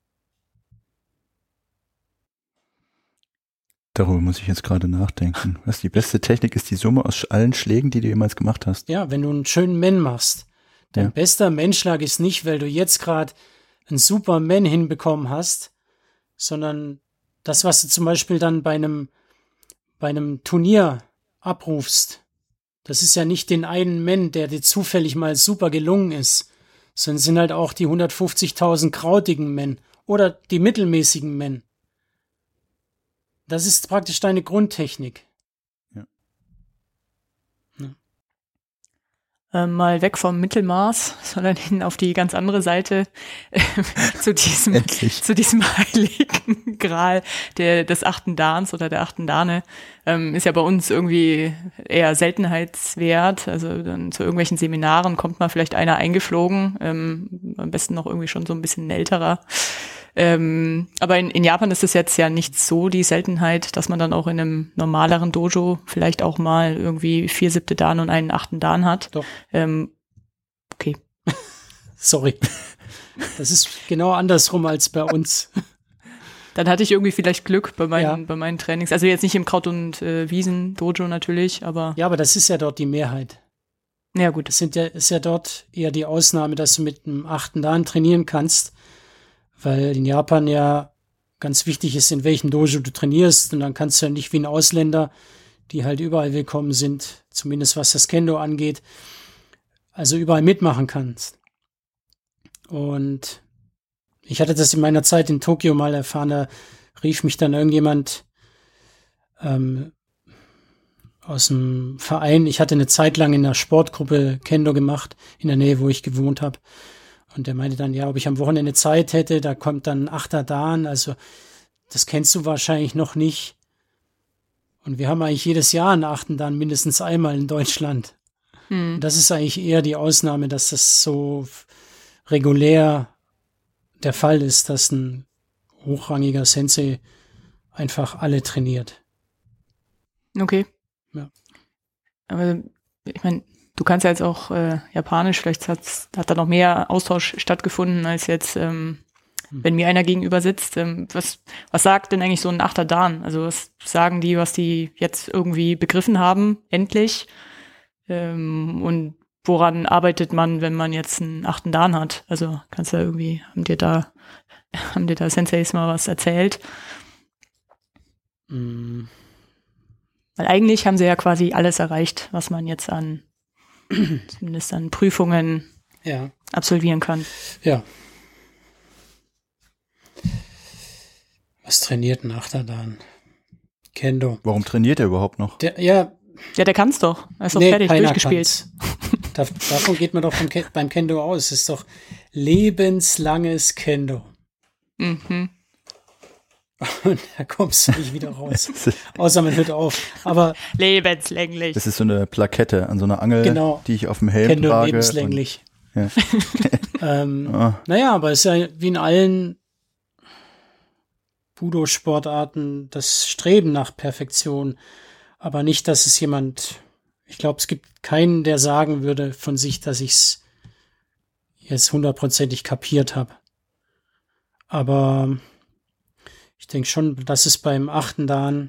Darüber muss ich jetzt gerade nachdenken. Was die beste Technik ist, die Summe aus allen Schlägen, die du jemals gemacht hast. Ja, wenn du einen schönen Men machst. Dein ja. bester Men-Schlag ist nicht, weil du jetzt gerade einen super Men hinbekommen hast, sondern das, was du zum Beispiel dann bei einem, bei einem Turnier abrufst. Das ist ja nicht den einen Men, der dir zufällig mal super gelungen ist, sondern sind halt auch die hundertfünfzigtausend krautigen Men oder die mittelmäßigen Men. Das ist praktisch deine Grundtechnik. Ja. Ja. Ähm, mal weg vom Mittelmaß, sondern hin auf die ganz andere Seite äh, zu diesem zu diesem heiligen Gral der, des achten Dans oder der achten Dane. Ähm, ist ja bei uns irgendwie eher Seltenheitswert. Also dann zu irgendwelchen Seminaren kommt mal vielleicht einer eingeflogen, ähm, am besten noch irgendwie schon so ein bisschen ein älterer. Ähm, aber in, in Japan ist es jetzt ja nicht so die Seltenheit, dass man dann auch in einem normaleren Dojo vielleicht auch mal irgendwie vier siebte Dan und einen achten Dan hat. Doch. Ähm, okay. Sorry. Das ist genau andersrum als bei uns. Dann hatte ich irgendwie vielleicht Glück bei meinen, ja. bei meinen Trainings. Also jetzt nicht im Kraut- und äh, Wiesen-Dojo natürlich, aber. Ja, aber das ist ja dort die Mehrheit. Ja, gut. Das sind ja, ist ja dort eher die Ausnahme, dass du mit einem achten Dan trainieren kannst. Weil in Japan ja ganz wichtig ist, in welchem Dojo du trainierst. Und dann kannst du ja nicht wie ein Ausländer, die halt überall willkommen sind, zumindest was das Kendo angeht, also überall mitmachen kannst. Und ich hatte das in meiner Zeit in Tokio mal erfahren, da rief mich dann irgendjemand ähm, aus dem Verein. Ich hatte eine Zeit lang in einer Sportgruppe Kendo gemacht, in der Nähe, wo ich gewohnt habe. Und der meinte dann, ja, ob ich am Wochenende Zeit hätte, da kommt dann ein achter Dan, also das kennst du wahrscheinlich noch nicht. Und wir haben eigentlich jedes Jahr einen achten Dan mindestens einmal in Deutschland. Hm. Das ist eigentlich eher die Ausnahme, dass das so regulär der Fall ist, dass ein hochrangiger Sensei einfach alle trainiert. Okay. Ja. Aber ich meine, du kannst ja jetzt auch äh, Japanisch, vielleicht hat's, hat da noch mehr Austausch stattgefunden, als jetzt, ähm, hm. wenn mir einer gegenüber sitzt. Ähm, was, was sagt denn eigentlich so ein achter Dan? Also was sagen die, was die jetzt irgendwie begriffen haben, endlich? Ähm, und woran arbeitet man, wenn man jetzt einen achten Dan hat? Also kannst du ja irgendwie, haben dir da, haben dir da Senseis mal was erzählt? Mm. Weil eigentlich haben sie ja quasi alles erreicht, was man jetzt an, zumindest an Prüfungen ja. absolvieren kann. Ja. Was trainiert ein achter Dan? Kendo. Warum trainiert er überhaupt noch? Der, ja, Ja, der kann's doch. Er ist doch nee, fertig, keiner durchgespielt. Da, davon geht man doch vom Ke- beim Kendo aus. Es ist doch lebenslanges Kendo. Mhm. Und da kommst du nicht wieder raus. Außer man hört auf. Aber Lebenslänglich. Das ist so eine Plakette an so einer Angel, Genau. die ich auf dem Helm Kendo trage. lebenslänglich. Und, ja. ähm, Ah. Naja, aber es ist ja wie in allen Budo-Sportarten das Streben nach Perfektion. Aber nicht, dass es jemand, ich glaube, es gibt keinen, der sagen würde von sich, dass ich es jetzt hundertprozentig kapiert habe. Aber ich denke schon, dass es beim achten Dan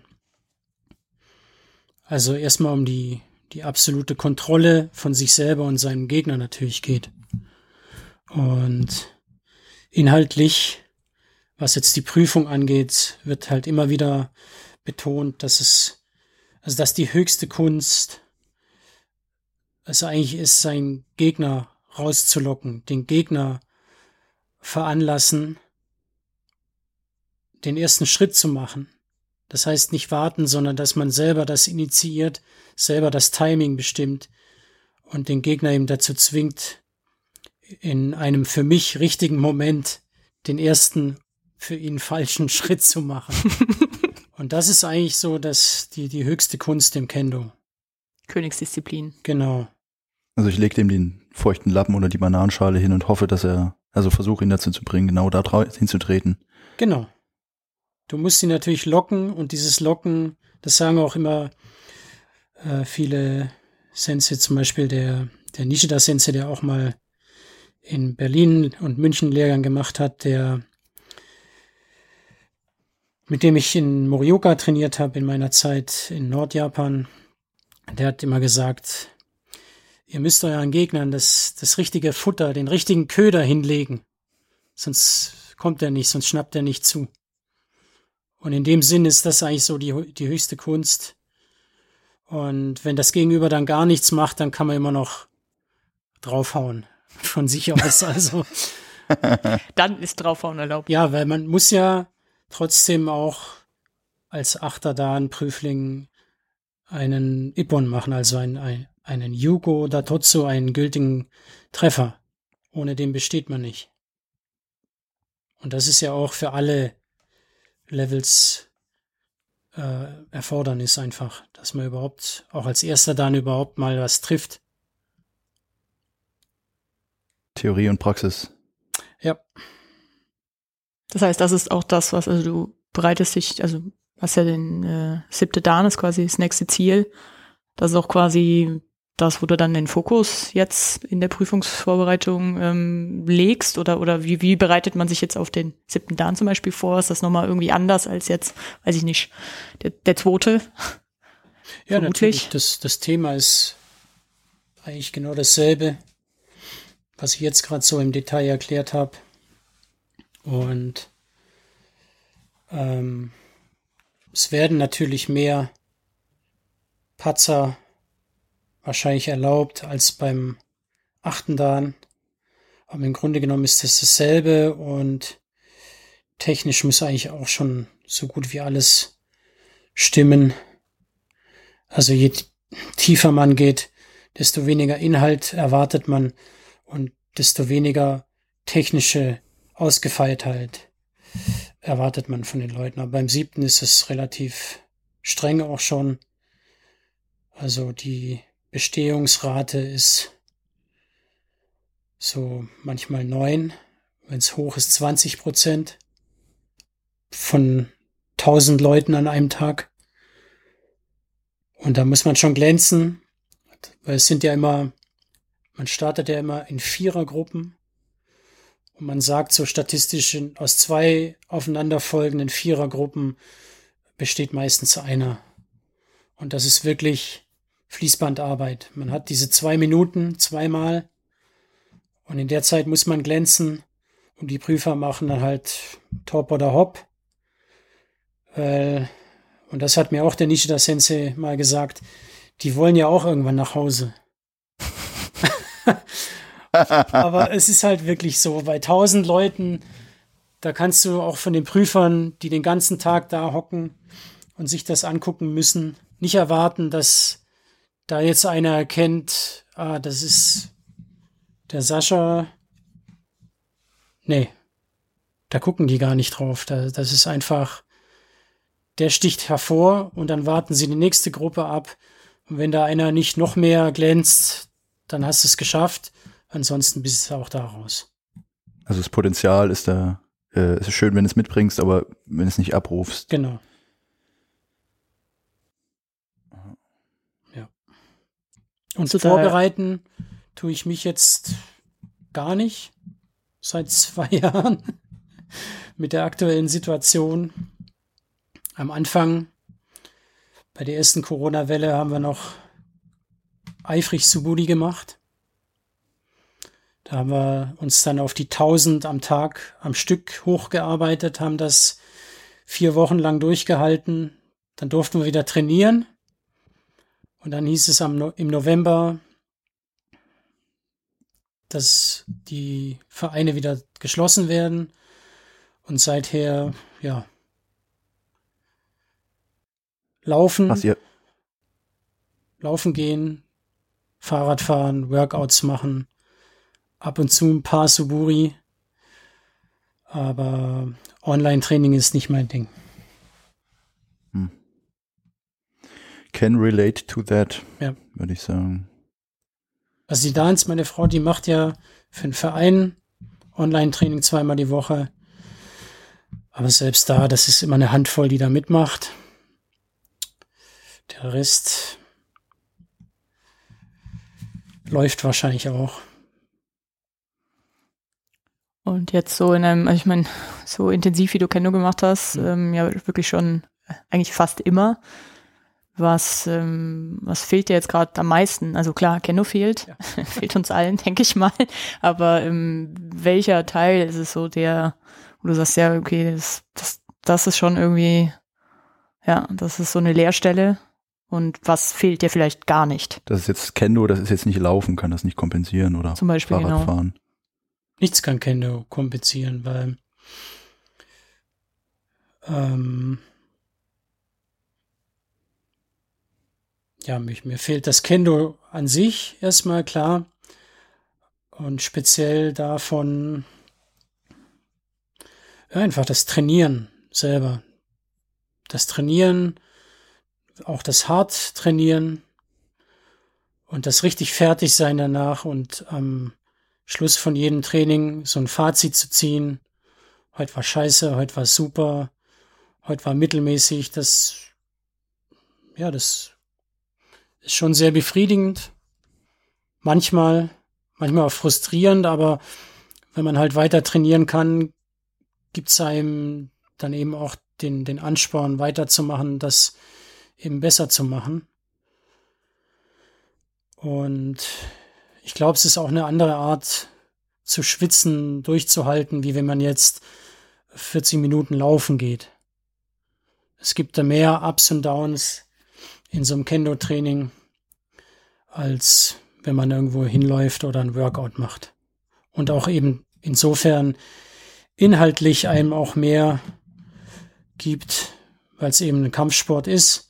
also erstmal um die, die absolute Kontrolle von sich selber und seinem Gegner natürlich geht. Und inhaltlich, was jetzt die Prüfung angeht, wird halt immer wieder betont, dass es, also dass die höchste Kunst es eigentlich ist, seinen Gegner rauszulocken, den Gegner veranlassen, den ersten Schritt zu machen. Das heißt nicht warten, sondern dass man selber das initiiert, selber das Timing bestimmt und den Gegner eben dazu zwingt, in einem für mich richtigen Moment den ersten für ihn falschen Schritt zu machen. Und das ist eigentlich so, dass die, die höchste Kunst im Kendo. Königsdisziplin. Genau. Also ich lege dem den feuchten Lappen oder die Bananenschale hin und hoffe, dass er, also versuche ihn dazu zu bringen, genau da drau- hinzutreten. Genau. Du musst ihn natürlich locken und dieses Locken, das sagen auch immer äh, viele Sensei, zum Beispiel der, der Nishida-Sensei, der auch mal in Berlin und München Lehrgang gemacht hat, der mit dem ich in Morioka trainiert habe in meiner Zeit in Nordjapan, der hat immer gesagt, ihr müsst euren Gegnern das, das richtige Futter, den richtigen Köder hinlegen, sonst kommt er nicht, sonst schnappt er nicht zu. Und in dem Sinn ist das eigentlich so die, die höchste Kunst. Und wenn das Gegenüber dann gar nichts macht, dann kann man immer noch draufhauen. Von sich aus, also. Dann ist draufhauen erlaubt. Ja, weil man muss ja trotzdem auch als achter Dan Prüfling einen Ippon machen, also ein, ein, einen Yugo Datotsu, einen gültigen Treffer. Ohne den besteht man nicht. Und das ist ja auch für alle Levels äh, Erfordernis einfach, dass man überhaupt auch als erster Dan überhaupt mal was trifft. Theorie und Praxis. Ja. Das heißt, das ist auch das, was, also du bereitest dich, also hast ja den äh, siebte Dan ist quasi das nächste Ziel. Das ist auch quasi das, wo du dann den Fokus jetzt in der Prüfungsvorbereitung ähm, legst, oder oder wie wie bereitet man sich jetzt auf den siebten Dan zum Beispiel vor? Ist das nochmal irgendwie anders als jetzt, weiß ich nicht, der, der zweite? Ja, Vermutlich. natürlich. Das, das Thema ist eigentlich genau dasselbe, was ich jetzt gerade so im Detail erklärt habe. Und ähm, es werden natürlich mehr Patzer wahrscheinlich erlaubt als beim achten Dan. Aber im Grunde genommen ist es dasselbe und technisch muss eigentlich auch schon so gut wie alles stimmen. Also je tiefer man geht, desto weniger Inhalt erwartet man und desto weniger technische Ausgefeiltheit erwartet man von den Leuten. Aber beim siebten ist es relativ streng auch schon. Also die Bestehungsrate ist so manchmal neun, wenn es hoch ist zwanzig Prozent von tausend Leuten an einem Tag. Und da muss man schon glänzen, weil es sind ja immer, man startet ja immer in Vierergruppen und man sagt so statistisch, in, aus zwei aufeinanderfolgenden Vierergruppen besteht meistens einer. Und das ist wirklich Fließbandarbeit. Man hat diese zwei Minuten zweimal und in der Zeit muss man glänzen und die Prüfer machen dann halt Top oder Hop. Weil, und das hat mir auch der Nishida Sensei mal gesagt, die wollen ja auch irgendwann nach Hause. Aber es ist halt wirklich so, bei tausend Leuten, da kannst du auch von den Prüfern, die den ganzen Tag da hocken und sich das angucken müssen, nicht erwarten, dass da jetzt einer erkennt, ah, das ist der Sascha. Nee, da gucken die gar nicht drauf. Da, das ist einfach, der sticht hervor und dann warten sie die nächste Gruppe ab. Und wenn da einer nicht noch mehr glänzt, dann hast du es geschafft. Ansonsten bist du auch da raus. Also das Potenzial ist da, äh, es ist schön, wenn du es mitbringst, aber wenn du es nicht abrufst. Genau. Ja. Und Total. vorbereiten tue ich mich jetzt gar nicht. Seit zwei Jahren. Mit der aktuellen Situation. Am Anfang, bei der ersten Corona-Welle, haben wir noch eifrig Suburi gemacht. Da haben wir uns dann auf die tausend am Tag am Stück hochgearbeitet, haben das vier Wochen lang durchgehalten. Dann durften wir wieder trainieren. Und dann hieß es am no- im November, dass die Vereine wieder geschlossen werden. Und seither, ja, laufen, Was ihr, laufen gehen, Fahrrad fahren, Workouts machen, ab und zu ein paar Suburi, aber Online-Training ist nicht mein Ding. can relate to that, Ja. würde ich sagen. Also die Dance, meine Frau, die macht ja für einen Verein Online-Training zweimal die Woche, aber selbst da, das ist immer eine Handvoll, die da mitmacht. Der Rest läuft wahrscheinlich auch. Und jetzt so in einem, also ich meine, so intensiv wie du Kendo gemacht hast, ähm, ja wirklich schon äh, eigentlich fast immer. Was, ähm, was fehlt dir jetzt gerade am meisten? Also klar, Kendo fehlt, Ja. fehlt uns allen, denke ich mal. Aber ähm, welcher Teil ist es so, der, wo du sagst, ja, okay, das, das, das ist schon irgendwie, ja, das ist so eine Leerstelle. Und was fehlt dir vielleicht gar nicht? Das ist jetzt Kendo, das ist jetzt nicht Laufen, kann das nicht kompensieren oder Zum Beispiel, genau. Fahrradfahren. Nichts kann Kendo kompensieren, weil ähm, ja, mich, mir fehlt das Kendo an sich erstmal, klar. Und speziell davon ja, einfach das Trainieren selber. Das Trainieren, auch das hart trainieren und das richtig fertig sein danach und am Schluss von jedem Training so ein Fazit zu ziehen. Heute war scheiße, heute war super, heute war mittelmäßig. Das, ja, das ist schon sehr befriedigend. Manchmal, manchmal auch frustrierend, aber wenn man halt weiter trainieren kann, gibt es einem dann eben auch den, den Ansporn weiterzumachen, das eben besser zu machen. Und ich glaube, es ist auch eine andere Art zu schwitzen, durchzuhalten, wie wenn man jetzt vierzig Minuten laufen geht. Es gibt da mehr Ups und Downs in so einem Kendo-Training, als wenn man irgendwo hinläuft oder ein Workout macht. Und auch eben insofern inhaltlich einem auch mehr gibt, weil es eben ein Kampfsport ist,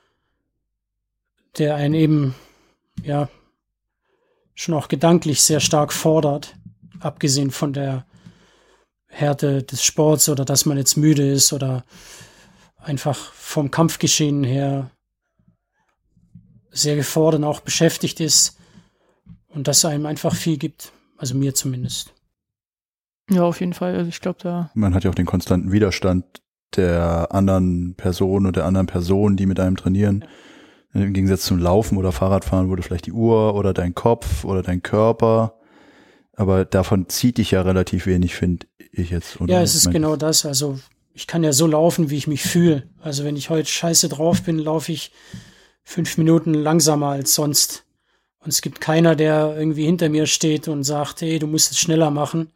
der einen eben, ja, schon auch gedanklich sehr stark fordert, abgesehen von der Härte des Sports oder dass man jetzt müde ist oder einfach vom Kampfgeschehen her sehr gefordert und auch beschäftigt ist und das einem einfach viel gibt, also mir zumindest. Ja, auf jeden Fall. Also ich glaube, da. Man hat ja auch den konstanten Widerstand der anderen Personen und der anderen Personen, die mit einem trainieren. Im Gegensatz zum Laufen oder Fahrradfahren wurde vielleicht die Uhr oder dein Kopf oder dein Körper. Aber davon zieht dich ja relativ wenig, finde ich jetzt. Oder? Ja, es ist mein, genau das. Also ich kann ja so laufen, wie ich mich fühle. Also wenn ich heute scheiße drauf bin, laufe ich fünf Minuten langsamer als sonst. Und es gibt keiner, der irgendwie hinter mir steht und sagt, hey, du musst es schneller machen.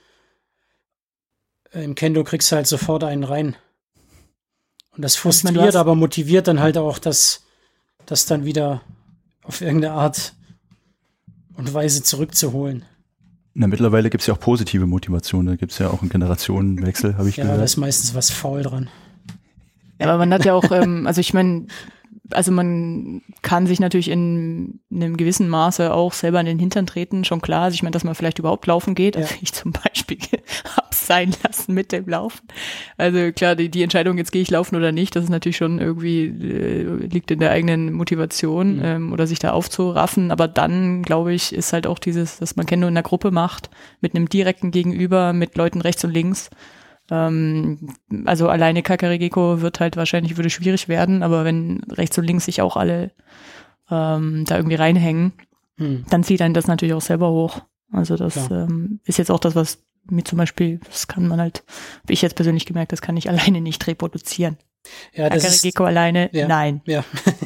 Im Kendo kriegst du halt sofort einen rein. Und das frustriert, meine, aber motiviert dann halt auch, das, das dann wieder auf irgendeine Art und Weise zurückzuholen. Na, mittlerweile gibt es ja auch positive Motivationen. Da gibt es ja auch einen Generationenwechsel, habe ich ja, gehört. Ja, da ist meistens was faul dran. Ja, aber man hat ja auch, ähm, also ich meine, also man kann sich natürlich in einem gewissen Maße auch selber in den Hintern treten, schon klar. Also ich meine, dass man vielleicht überhaupt laufen geht. Also ja. Ich zum Beispiel hab's sein lassen mit dem Laufen. Also klar, die, die Entscheidung, jetzt gehe ich laufen oder nicht, das ist natürlich schon irgendwie, äh, liegt in der eigenen Motivation, mhm. ähm, oder sich da aufzuraffen. Aber dann, glaube ich, ist halt auch dieses, dass man Kendo in der Gruppe macht, mit einem direkten Gegenüber, mit Leuten rechts und links. Ähm, also alleine Kakarigeko wird halt wahrscheinlich, würde schwierig werden, aber wenn rechts und links sich auch alle ähm, da irgendwie reinhängen, hm. dann zieht einen das natürlich auch selber hoch. Also das ähm, ist jetzt auch das, was mir zum Beispiel, das kann man halt, habe ich jetzt persönlich gemerkt, das kann ich alleine nicht reproduzieren. Ja, das Kakarigeko ist, alleine, ja, nein. Ja,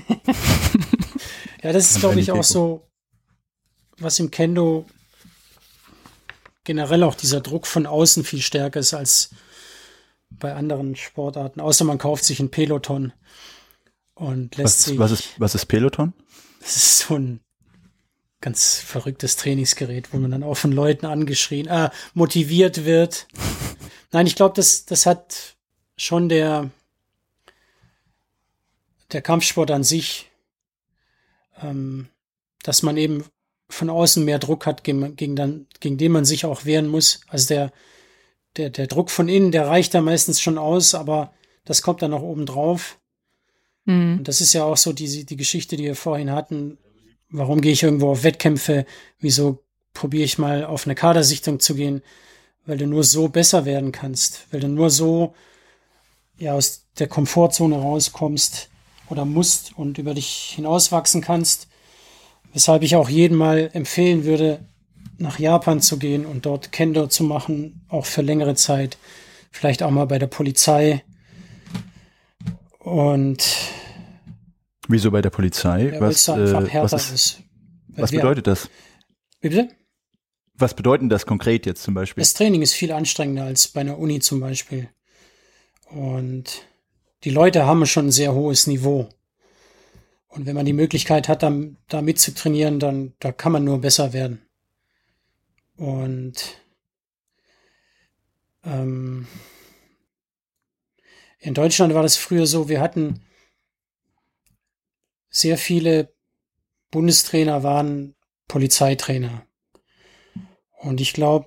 ja, das ist, glaube ich, auch so, was im Kendo generell auch dieser Druck von außen viel stärker ist als bei anderen Sportarten, außer man kauft sich ein Peloton und lässt was, sich... Was ist, was ist Peloton? Das ist so ein ganz verrücktes Trainingsgerät, wo man dann auch von Leuten angeschrien, äh, motiviert wird. Nein, ich glaube, das, das hat schon der, der Kampfsport an sich, ähm, dass man eben von außen mehr Druck hat, gegen, gegen, dann, gegen den man sich auch wehren muss. Also der, der, der Druck von innen, der reicht da meistens schon aus, aber das kommt dann noch oben drauf. Mhm. Und das ist ja auch so die, die Geschichte, die wir vorhin hatten. Warum gehe ich irgendwo auf Wettkämpfe? Wieso probiere ich mal auf eine Kadersichtung zu gehen? Weil du nur so besser werden kannst. Weil du nur so ja aus der Komfortzone rauskommst oder musst und über dich hinauswachsen kannst. Weshalb ich auch jedem mal empfehlen würde, nach Japan zu gehen und dort Kendo zu machen, auch für längere Zeit. Vielleicht auch mal bei der Polizei. Und wieso bei der Polizei? Ja, was, einfach äh, härter was, ist, ist. was bedeutet das? Bitte? Was bedeutet das konkret jetzt zum Beispiel? Das Training ist viel anstrengender als bei einer Uni zum Beispiel. Und die Leute haben schon ein sehr hohes Niveau. Und wenn man die Möglichkeit hat, da, da mitzutrainieren, dann da kann man nur besser werden. Und ähm, in Deutschland war das früher so, wir hatten sehr viele Bundestrainer waren Polizeitrainer. Und ich glaube,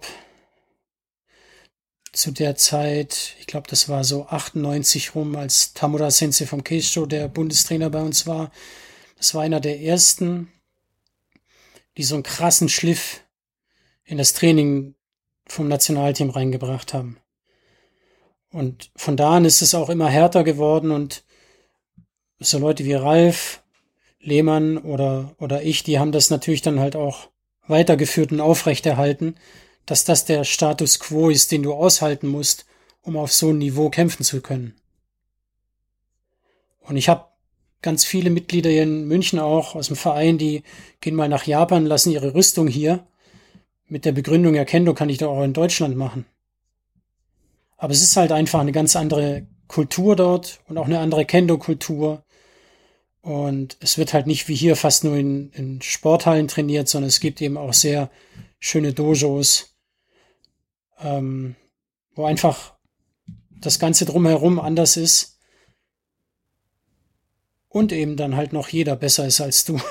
zu der Zeit, ich glaube, das war so achtundneunzig rum, als Tamura Sensei vom Keisho der Bundestrainer bei uns war. Das war einer der ersten, die so einen krassen Schliff in das Training vom Nationalteam reingebracht haben. Und von da an ist es auch immer härter geworden und so Leute wie Ralf, Lehmann oder, oder ich, die haben das natürlich dann halt auch weitergeführt und aufrechterhalten, dass das der Status quo ist, den du aushalten musst, um auf so ein Niveau kämpfen zu können. Und ich habe ganz viele Mitglieder hier in München auch aus dem Verein, die gehen mal nach Japan, lassen ihre Rüstung hier. Mit der Begründung, ja, Kendo kann ich doch auch in Deutschland machen. Aber es ist halt einfach eine ganz andere Kultur dort und auch eine andere Kendo-Kultur. Und es wird halt nicht wie hier fast nur in, in Sporthallen trainiert, sondern es gibt eben auch sehr schöne Dojos, ähm, wo einfach das Ganze drumherum anders ist und eben dann halt noch jeder besser ist als du.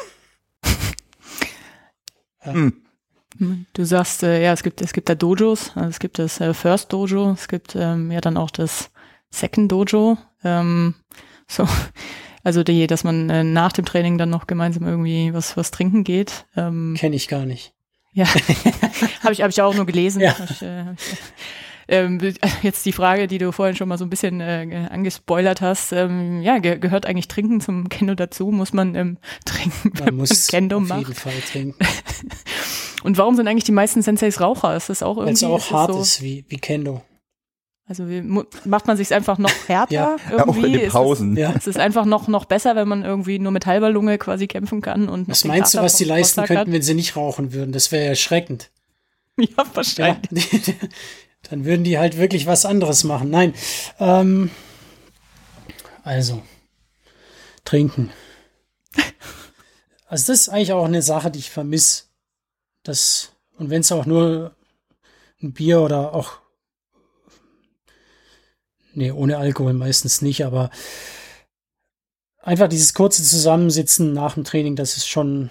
ja. Hm. Du sagst, äh, ja, es gibt es gibt da Dojos, also es gibt das äh, First Dojo, es gibt ähm, ja dann auch das Second Dojo. Ähm, so, Also die, dass man äh, nach dem Training dann noch gemeinsam irgendwie was was trinken geht. Ähm, Kenne ich gar nicht. Ja, habe ich hab ich auch nur gelesen. Ja. Hab ich, äh, hab ich, ähm, jetzt die Frage, die du vorhin schon mal so ein bisschen äh, angespoilert hast. Ähm, ja, ge- gehört eigentlich Trinken zum Kendo dazu? Muss man ähm, trinken, Man wenn man muss Kendo auf macht? jeden Fall trinken. Und warum sind eigentlich die meisten Senseis Raucher? Ist das auch Weil es irgendwie? auch ist das hart so, ist wie, wie Kendo. Also wie, mu- macht man sich einfach noch härter Ja. irgendwie? Auch in den Pausen. Ja. Ist es, ist es einfach noch noch besser, wenn man irgendwie nur mit halber Lunge quasi kämpfen kann? Und Was noch den meinst du, Kater was die vom leisten Vortag könnten, wenn sie nicht rauchen würden? Das wäre ja erschreckend. hat? Ja, Ja, wahrscheinlich. dann würden die halt wirklich was anderes machen. Nein, ähm, also, trinken. Also das ist eigentlich auch eine Sache, die ich vermisse. Das, und wenn es auch nur ein Bier oder auch, nee, ohne Alkohol meistens nicht, aber einfach dieses kurze Zusammensitzen nach dem Training, das ist schon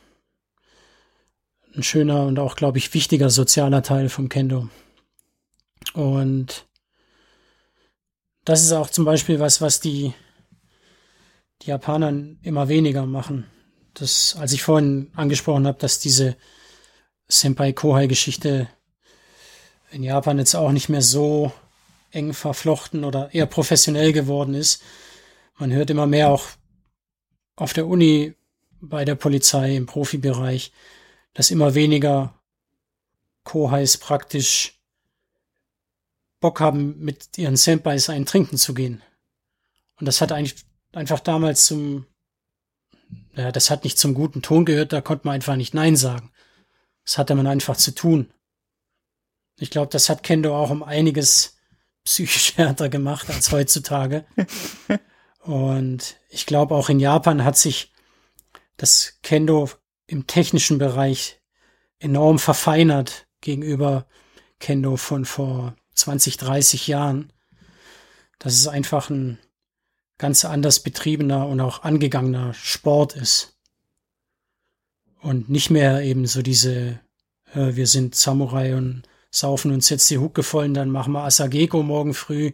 ein schöner und auch, glaube ich, wichtiger sozialer Teil vom Kendo. Und das ist auch zum Beispiel was, was die, die Japaner immer weniger machen. Das, als ich vorhin angesprochen habe, dass diese Senpai-Kohai-Geschichte in Japan jetzt auch nicht mehr so eng verflochten oder eher professionell geworden ist. Man hört immer mehr auch auf der Uni, bei der Polizei, im Profibereich, dass immer weniger Kohais praktisch Bock haben, mit ihren Senpais einen trinken zu gehen. Und das hat eigentlich einfach damals zum, ja, das hat nicht zum guten Ton gehört, da konnte man einfach nicht Nein sagen. Das hatte man einfach zu tun. Ich glaube, das hat Kendo auch um einiges psychisch härter gemacht als heutzutage. Und ich glaube, auch in Japan hat sich das Kendo im technischen Bereich enorm verfeinert gegenüber Kendo von vor zwanzig, dreißig Jahren. Dass es einfach ein ganz anders betriebener und auch angegangener Sport ist. Und nicht mehr eben so diese, äh, wir sind Samurai und saufen uns jetzt die Hucke voll und dann machen wir Asageko morgen früh.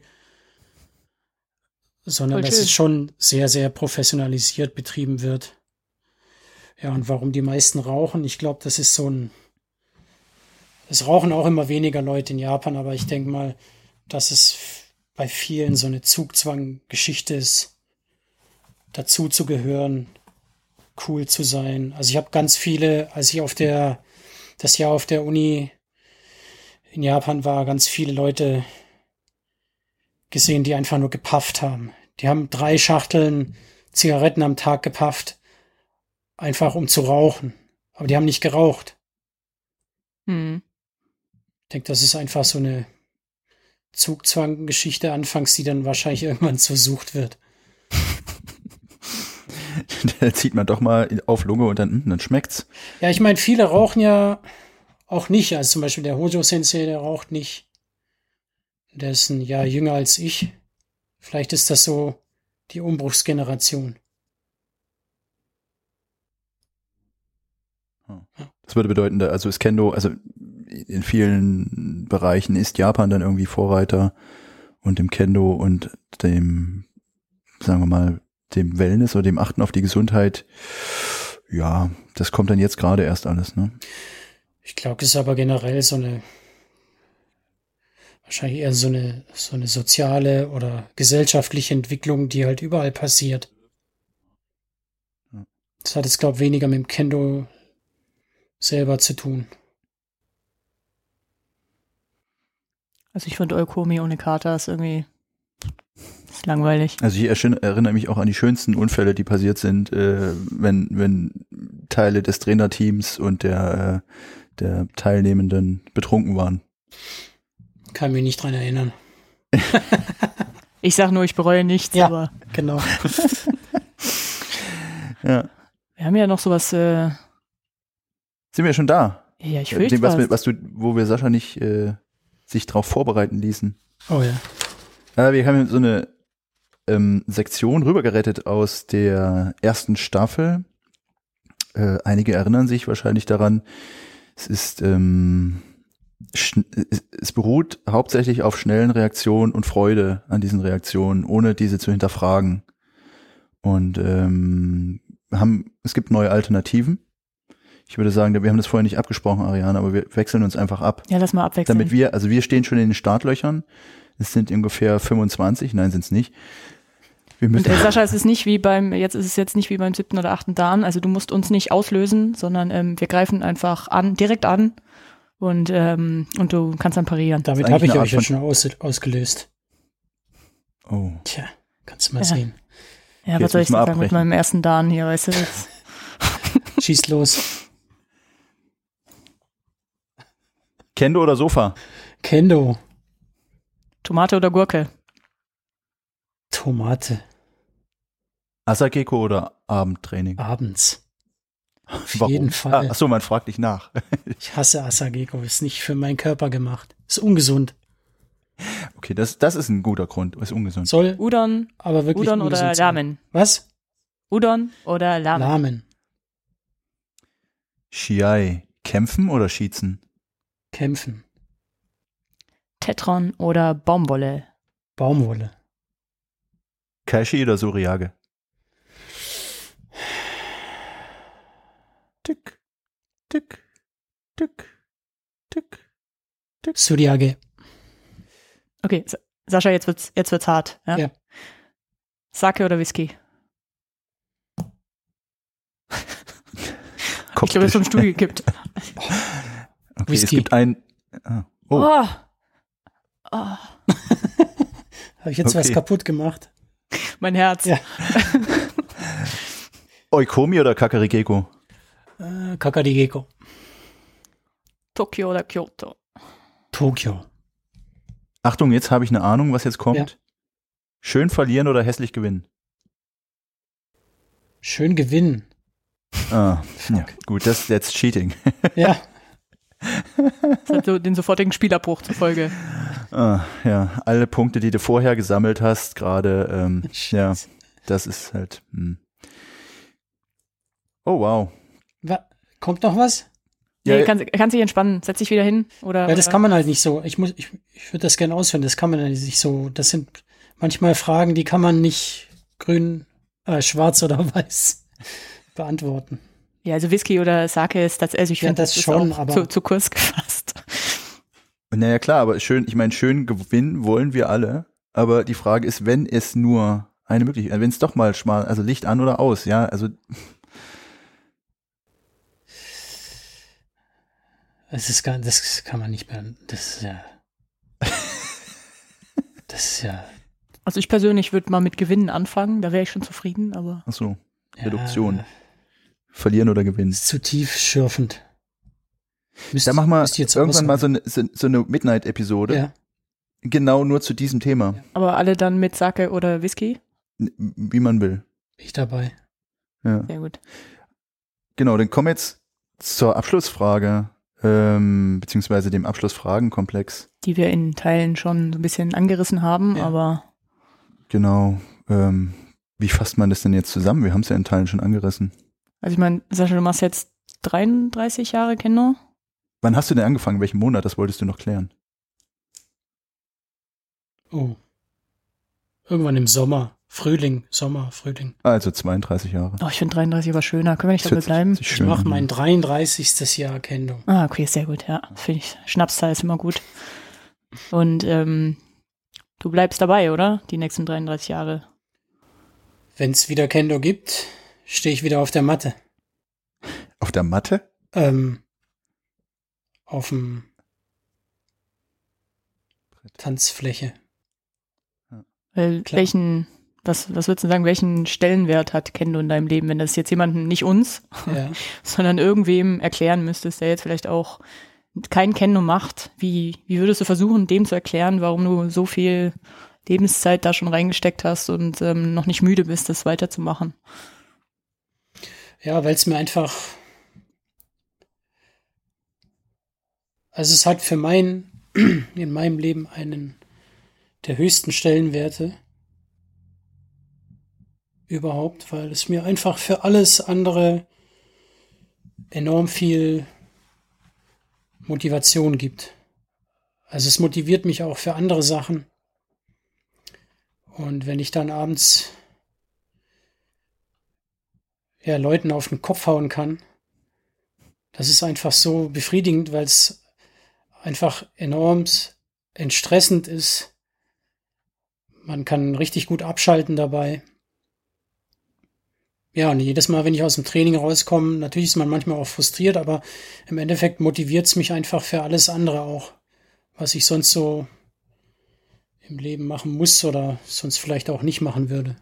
Sondern Voll dass schön. es schon sehr, sehr professionalisiert betrieben wird. Ja, und warum die meisten rauchen, ich glaube, das ist so ein, es rauchen auch immer weniger Leute in Japan, aber ich denke mal, dass es bei vielen so eine Zugzwang-Geschichte ist, dazu zu gehören, cool zu sein. Also ich habe ganz viele, als ich auf der, das Jahr auf der Uni in Japan war, ganz viele Leute gesehen, die einfach nur gepafft haben. Die haben drei Schachteln Zigaretten am Tag gepafft, einfach um zu rauchen. Aber die haben nicht geraucht. Hm. Ich denke, das ist einfach so eine Zugzwang-Geschichte anfangs, die dann wahrscheinlich irgendwann versucht wird. Da zieht man doch mal auf Lunge und dann, dann schmeckt's. Ja, ich meine, viele rauchen ja auch nicht. Also zum Beispiel der Hojo-Sensei, der raucht nicht. Der ist ein Jahr jünger als ich. Vielleicht ist das so die Umbruchsgeneration. Das würde bedeuten, also ist Kendo, also in vielen Bereichen ist Japan dann irgendwie Vorreiter und dem Kendo und dem, sagen wir mal, dem Wellness oder dem Achten auf die Gesundheit, ja, das kommt dann jetzt gerade erst alles, ne? Ich glaube, es ist aber generell so eine, wahrscheinlich eher so eine, so eine soziale oder gesellschaftliche Entwicklung, die halt überall passiert. Das hat jetzt, glaube ich, weniger mit dem Kendo selber zu tun. Also ich fand Eukomi ohne Kater ist irgendwie ist langweilig. Also ich erschien, erinnere mich auch an die schönsten Unfälle, die passiert sind, äh, wenn, wenn Teile des Trainerteams und der, äh, der Teilnehmenden betrunken waren. Kann mich nicht dran erinnern. Ich sag nur, ich bereue nichts, Ja. aber Genau. Ja. wir haben ja noch sowas, äh, Sind wir schon da? ja, ich Äh, fürchte Dem, was, was. wir, was du, wo wir Sascha nicht äh, sich drauf vorbereiten ließen. Oh ja. Äh, wir haben so eine ähm, Sektion rübergerettet aus der ersten Staffel. Äh, einige erinnern sich wahrscheinlich daran. Es ist ähm, schn- es, es beruht hauptsächlich auf schnellen Reaktionen und Freude an diesen Reaktionen, ohne diese zu hinterfragen. Und ähm, haben, es gibt neue Alternativen. Ich würde sagen, wir haben das vorher nicht abgesprochen, Ariane, aber wir wechseln uns einfach ab. Ja, lass mal abwechseln. Damit wir, also wir stehen schon in den Startlöchern. Es sind ungefähr fünfundzwanzig, nein, sind es nicht. Wir Und müssen äh, Sascha, es ist nicht wie beim, jetzt ist es jetzt nicht wie beim siebten oder achten Dan, also du musst uns nicht auslösen, sondern ähm, wir greifen einfach an, direkt an und, ähm, und du kannst dann parieren. Damit ist habe ich eigentlich euch ja eine schon aus, ausgelöst. Oh. Tja, kannst du mal Ja. sehen. Ja, Okay, was soll ich jetzt müssen wir sagen mit abbrechen. meinem ersten Dan hier, weißt du? Jetzt. Schieß los. Kendo oder Sofa? Kendo. Tomate oder Gurke? Tomate. Asageko oder Abendtraining? Abends. Auf Warum? jeden Fall. Ah, achso, man fragt dich nach. Ich hasse Asageko. Ist nicht für meinen Körper gemacht. Ist ungesund. Okay, das, das ist ein guter Grund. Ist ungesund. Soll Udon, aber wirklich Udon ungesund oder sein. Ramen? Was? Udon oder Ramen? Lamen. Shiai. Kämpfen oder schießen? Kämpfen. Tetron oder Baumwolle? Baumwolle. Kaishi oder Suriage? Tick, tick, tick, tick, tick. Suriage. Okay, Sa- Sascha, jetzt wird's, jetzt wird's hart. Ja? Ja. Sake oder Whisky? Kopf Ich glaube, es ist vom Stuhl gekippt. Okay, Whisky. es gibt ein. Ah, oh, Oh. Oh, Habe ich jetzt was Okay. kaputt gemacht? mein Herz. Ja. Oikomi oder Kakarigeko? Äh, Kakadigeko. Tokio oder Kyoto? Tokio. Achtung, jetzt habe ich eine Ahnung, was jetzt kommt. Ja. Schön verlieren oder hässlich gewinnen? Schön gewinnen. Ah, ja, gut, das that's cheating. Ja. Das hat so den sofortigen Spielabbruch zur Folge. Ah, ja, alle Punkte, die du vorher gesammelt hast, gerade, ähm, ja, das ist halt. Hm. Oh wow. Wa- Kommt noch was? Nee, Ja, kannst, kannst dich entspannen. Setz dich wieder hin. Oder, Ja, das oder? kann man halt nicht so. Ich muss, ich, ich würde das gerne ausführen. Das kann man halt nicht so. Das sind manchmal Fragen, die kann man nicht grün, äh, schwarz oder weiß beantworten. Ja, also Whisky oder Sake ist das, also ich Ja, finde, das das, schon, ist auch aber- zu, zu kurz gefasst. Naja, klar, aber schön, ich meine, schön gewinnen wollen wir alle. Aber die Frage ist, wenn es nur eine Möglichkeit, wenn es doch mal schmal, also Licht an oder aus, ja, also Das ist gar, das kann man nicht mehr. Das ist ja. Das ist ja. Also ich persönlich würde mal mit Gewinnen anfangen, da wäre ich schon zufrieden, aber ach so, ja, Reduktion. Verlieren oder gewinnen. Ist zu tief schürfend. Müsst, Da machen wir müsst ihr jetzt irgendwann mal ausholen. so eine, so, so eine Midnight-Episode, Ja. genau nur zu diesem Thema, aber alle dann mit Sake oder Whisky? N- wie man will. Bin ich dabei. Ja. Sehr gut. Genau, dann kommen wir jetzt zur Abschlussfrage, ähm, beziehungsweise dem Abschlussfragenkomplex. Die wir in Teilen schon so ein bisschen angerissen haben, Ja. aber Genau, ähm, wie fasst man das denn jetzt zusammen? Wir haben es ja in Teilen schon angerissen. also ich meine, Sascha, du machst jetzt dreiunddreißig Jahre Kendo? Wann hast du denn angefangen? Welchen Monat? Das wolltest du noch klären. Oh. Irgendwann im Sommer. Frühling, Sommer, Frühling. Also zweiunddreißig Jahre. Oh, ich finde dreiunddreißig aber schöner. Können wir nicht Das dabei hört sich- bleiben? hört sich Ich schön mache an. mein dreiunddreißigstes Jahr Kendo. Ah, okay, sehr gut, ja. Finde ich. Schnapszahl ist immer gut. Und ähm, du bleibst dabei, oder? Die nächsten dreiunddreißig Jahre. Wenn es wieder Kendo gibt, stehe ich wieder auf der Matte. Auf der Matte? Ähm, auf dem Tanzfläche. Weil Klar. welchen, was, was würdest du sagen, welchen Stellenwert hat Kendo in deinem Leben, wenn das jetzt jemanden, nicht uns, Ja. sondern irgendwem erklären müsstest, der jetzt vielleicht auch kein Kendo macht, wie, wie würdest du versuchen, dem zu erklären, warum du so viel Lebenszeit da schon reingesteckt hast und ähm, noch nicht müde bist, das weiterzumachen? Ja, weil es mir einfach. Also es hat für mein, in meinem Leben einen der höchsten Stellenwerte überhaupt, weil es mir einfach für alles andere enorm viel Motivation gibt. Also es motiviert mich auch für andere Sachen. Und wenn ich dann abends ja, Leuten auf den Kopf hauen kann. Das ist einfach so befriedigend, weil es einfach enorm entstressend ist. Man kann richtig gut abschalten dabei. Ja, und jedes Mal, wenn ich aus dem Training rauskomme, natürlich ist man manchmal auch frustriert, aber im Endeffekt motiviert es mich einfach für alles andere auch, was ich sonst so im Leben machen muss oder sonst vielleicht auch nicht machen würde.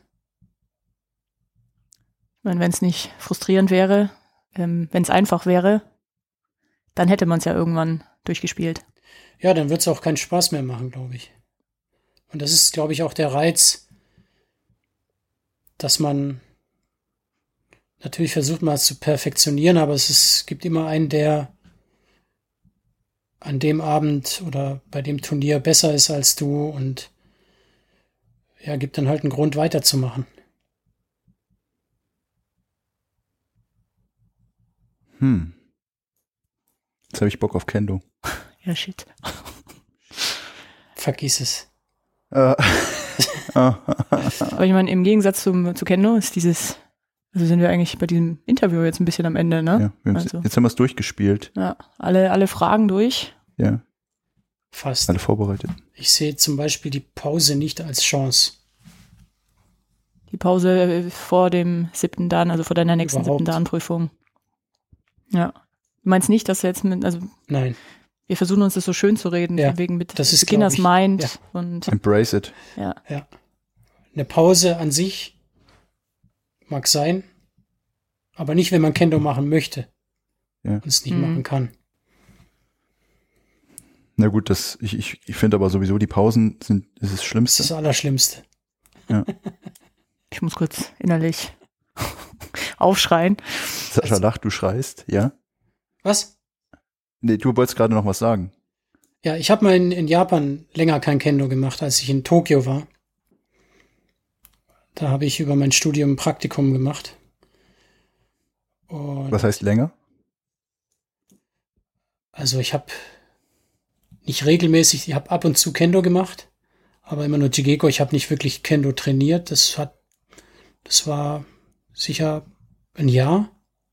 Ich meine, wenn es nicht frustrierend wäre, ähm, wenn es einfach wäre, dann hätte man es ja irgendwann durchgespielt. Ja, dann wird es auch keinen Spaß mehr machen, glaube ich. Und das ist, glaube ich, auch der Reiz, dass man natürlich versucht, mal es zu perfektionieren, aber es ist, gibt immer einen, der an dem Abend oder bei dem Turnier besser ist als du und ja, gibt dann halt einen Grund weiterzumachen. Hm. Jetzt habe ich Bock auf Kendo. Ja, shit. Vergiss es. Äh. Aber ich meine, im Gegensatz zum, zu Kendo ist dieses, also sind wir eigentlich bei diesem Interview jetzt ein bisschen am Ende, ne? Ja, wir also, jetzt haben wir es durchgespielt. Ja, alle, alle Fragen durch. Ja. Fast. Alle vorbereitet. Ich sehe zum Beispiel die Pause nicht als Chance. Die Pause vor dem siebten Dan, also vor deiner nächsten Überhaupt. siebten Dan-Prüfung. Ja. Du meinst nicht, dass du jetzt mit, also Nein. wir versuchen uns das so schön zu reden, Ja, von wegen mit das ist, Beginners glaub ich, Mind ja. und Embrace it. ja. Ja. Eine Pause an sich mag sein, aber nicht, wenn man Kendo machen möchte Ja. und es nicht Mhm. machen kann. Na gut, das, ich, ich, ich finde aber sowieso, die Pausen sind das, ist das Das ist Schlimmste. das Allerschlimmste. Ich muss kurz innerlich aufschreien. Sascha lacht, du schreist, ja? Was? Nee, du wolltest gerade noch was sagen. Ja, ich habe mal in, in Japan länger kein Kendo gemacht, als ich in Tokio war. Da habe ich über mein Studium ein Praktikum gemacht. Und Was heißt länger? also ich habe nicht regelmäßig, ich habe ab und zu Kendo gemacht, aber immer nur Jigeko. Ich habe nicht wirklich Kendo trainiert. Das hat, das war sicher ein Jahr.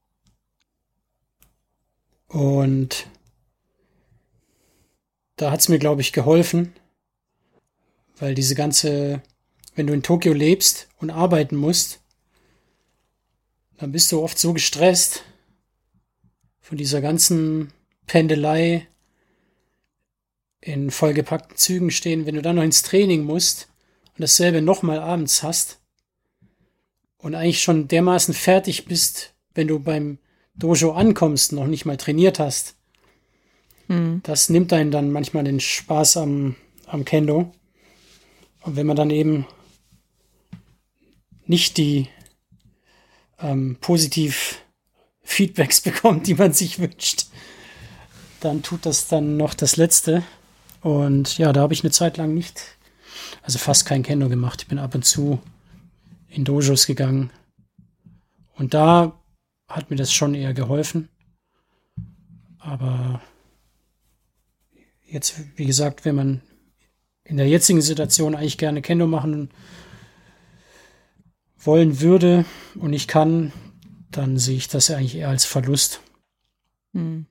Und da hat's mir, glaube ich, geholfen, weil diese ganze, wenn du in Tokio lebst und arbeiten musst, dann bist du oft so gestresst von dieser ganzen Pendelei, in vollgepackten Zügen stehen, wenn du dann noch ins Training musst und dasselbe nochmal abends hast und eigentlich schon dermaßen fertig bist, wenn du beim Dojo ankommst, noch nicht mal trainiert hast. Mhm. Das nimmt einen dann manchmal den Spaß am, am Kendo. Und wenn man dann eben nicht die ähm, positiv Feedbacks bekommt, die man sich wünscht, dann tut das dann noch das Letzte. Und ja, da habe ich eine Zeit lang nicht, also fast kein Kendo gemacht. Ich bin ab und zu in Dojos gegangen. Und da hat mir das schon eher geholfen. Aber jetzt, wie gesagt, wenn man in der jetzigen Situation eigentlich gerne Kendo machen wollen würde und ich kann, dann sehe ich das eigentlich eher als Verlust. Hm.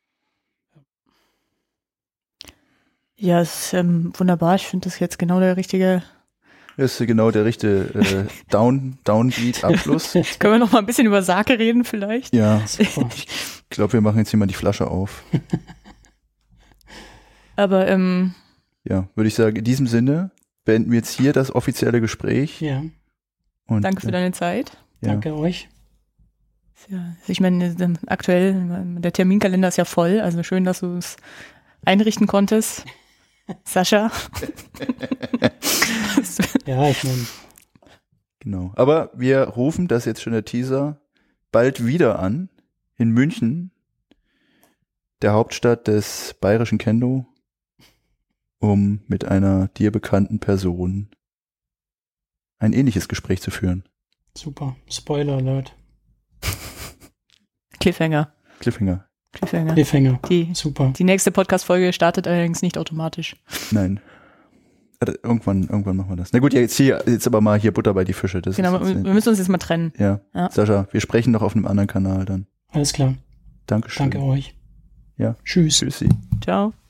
Ja, ist ähm, wunderbar. Ich finde das jetzt genau der richtige. Das ist genau der richtige äh, Down, Downbeat-Abschluss. Können wir noch mal ein bisschen über Sake reden vielleicht? Ja, Super. ich glaube, wir machen jetzt hier mal die Flasche auf. Aber ähm, Ja, würde ich sagen, in diesem Sinne beenden wir jetzt hier das offizielle Gespräch. Ja, Und, danke für äh, deine Zeit. ja. danke euch. Ja, ich meine, aktuell, der Terminkalender ist ja voll, also schön, dass du es einrichten konntest. Sascha. Ja, ich meine, Genau. Aber wir rufen, das ist jetzt schon der Teaser, bald wieder an in München, der Hauptstadt des bayerischen Kendo, um mit einer dir bekannten Person ein ähnliches Gespräch zu führen. super. Spoiler Alert. Cliffhanger. Cliffhanger. Cliffhanger. Cliffhanger. Die, Super. die nächste Podcast-Folge startet allerdings nicht automatisch. Nein. Warte, irgendwann, irgendwann machen wir das. Na gut, jetzt hier, jetzt aber mal hier Butter bei die Fische. Das Genau, ist wir, wir müssen uns jetzt mal trennen. Ja. Ja. Sascha, wir sprechen noch auf einem anderen Kanal dann. Alles klar. Dankeschön. Danke euch. Ja. Tschüss. Tschüssi. Ciao.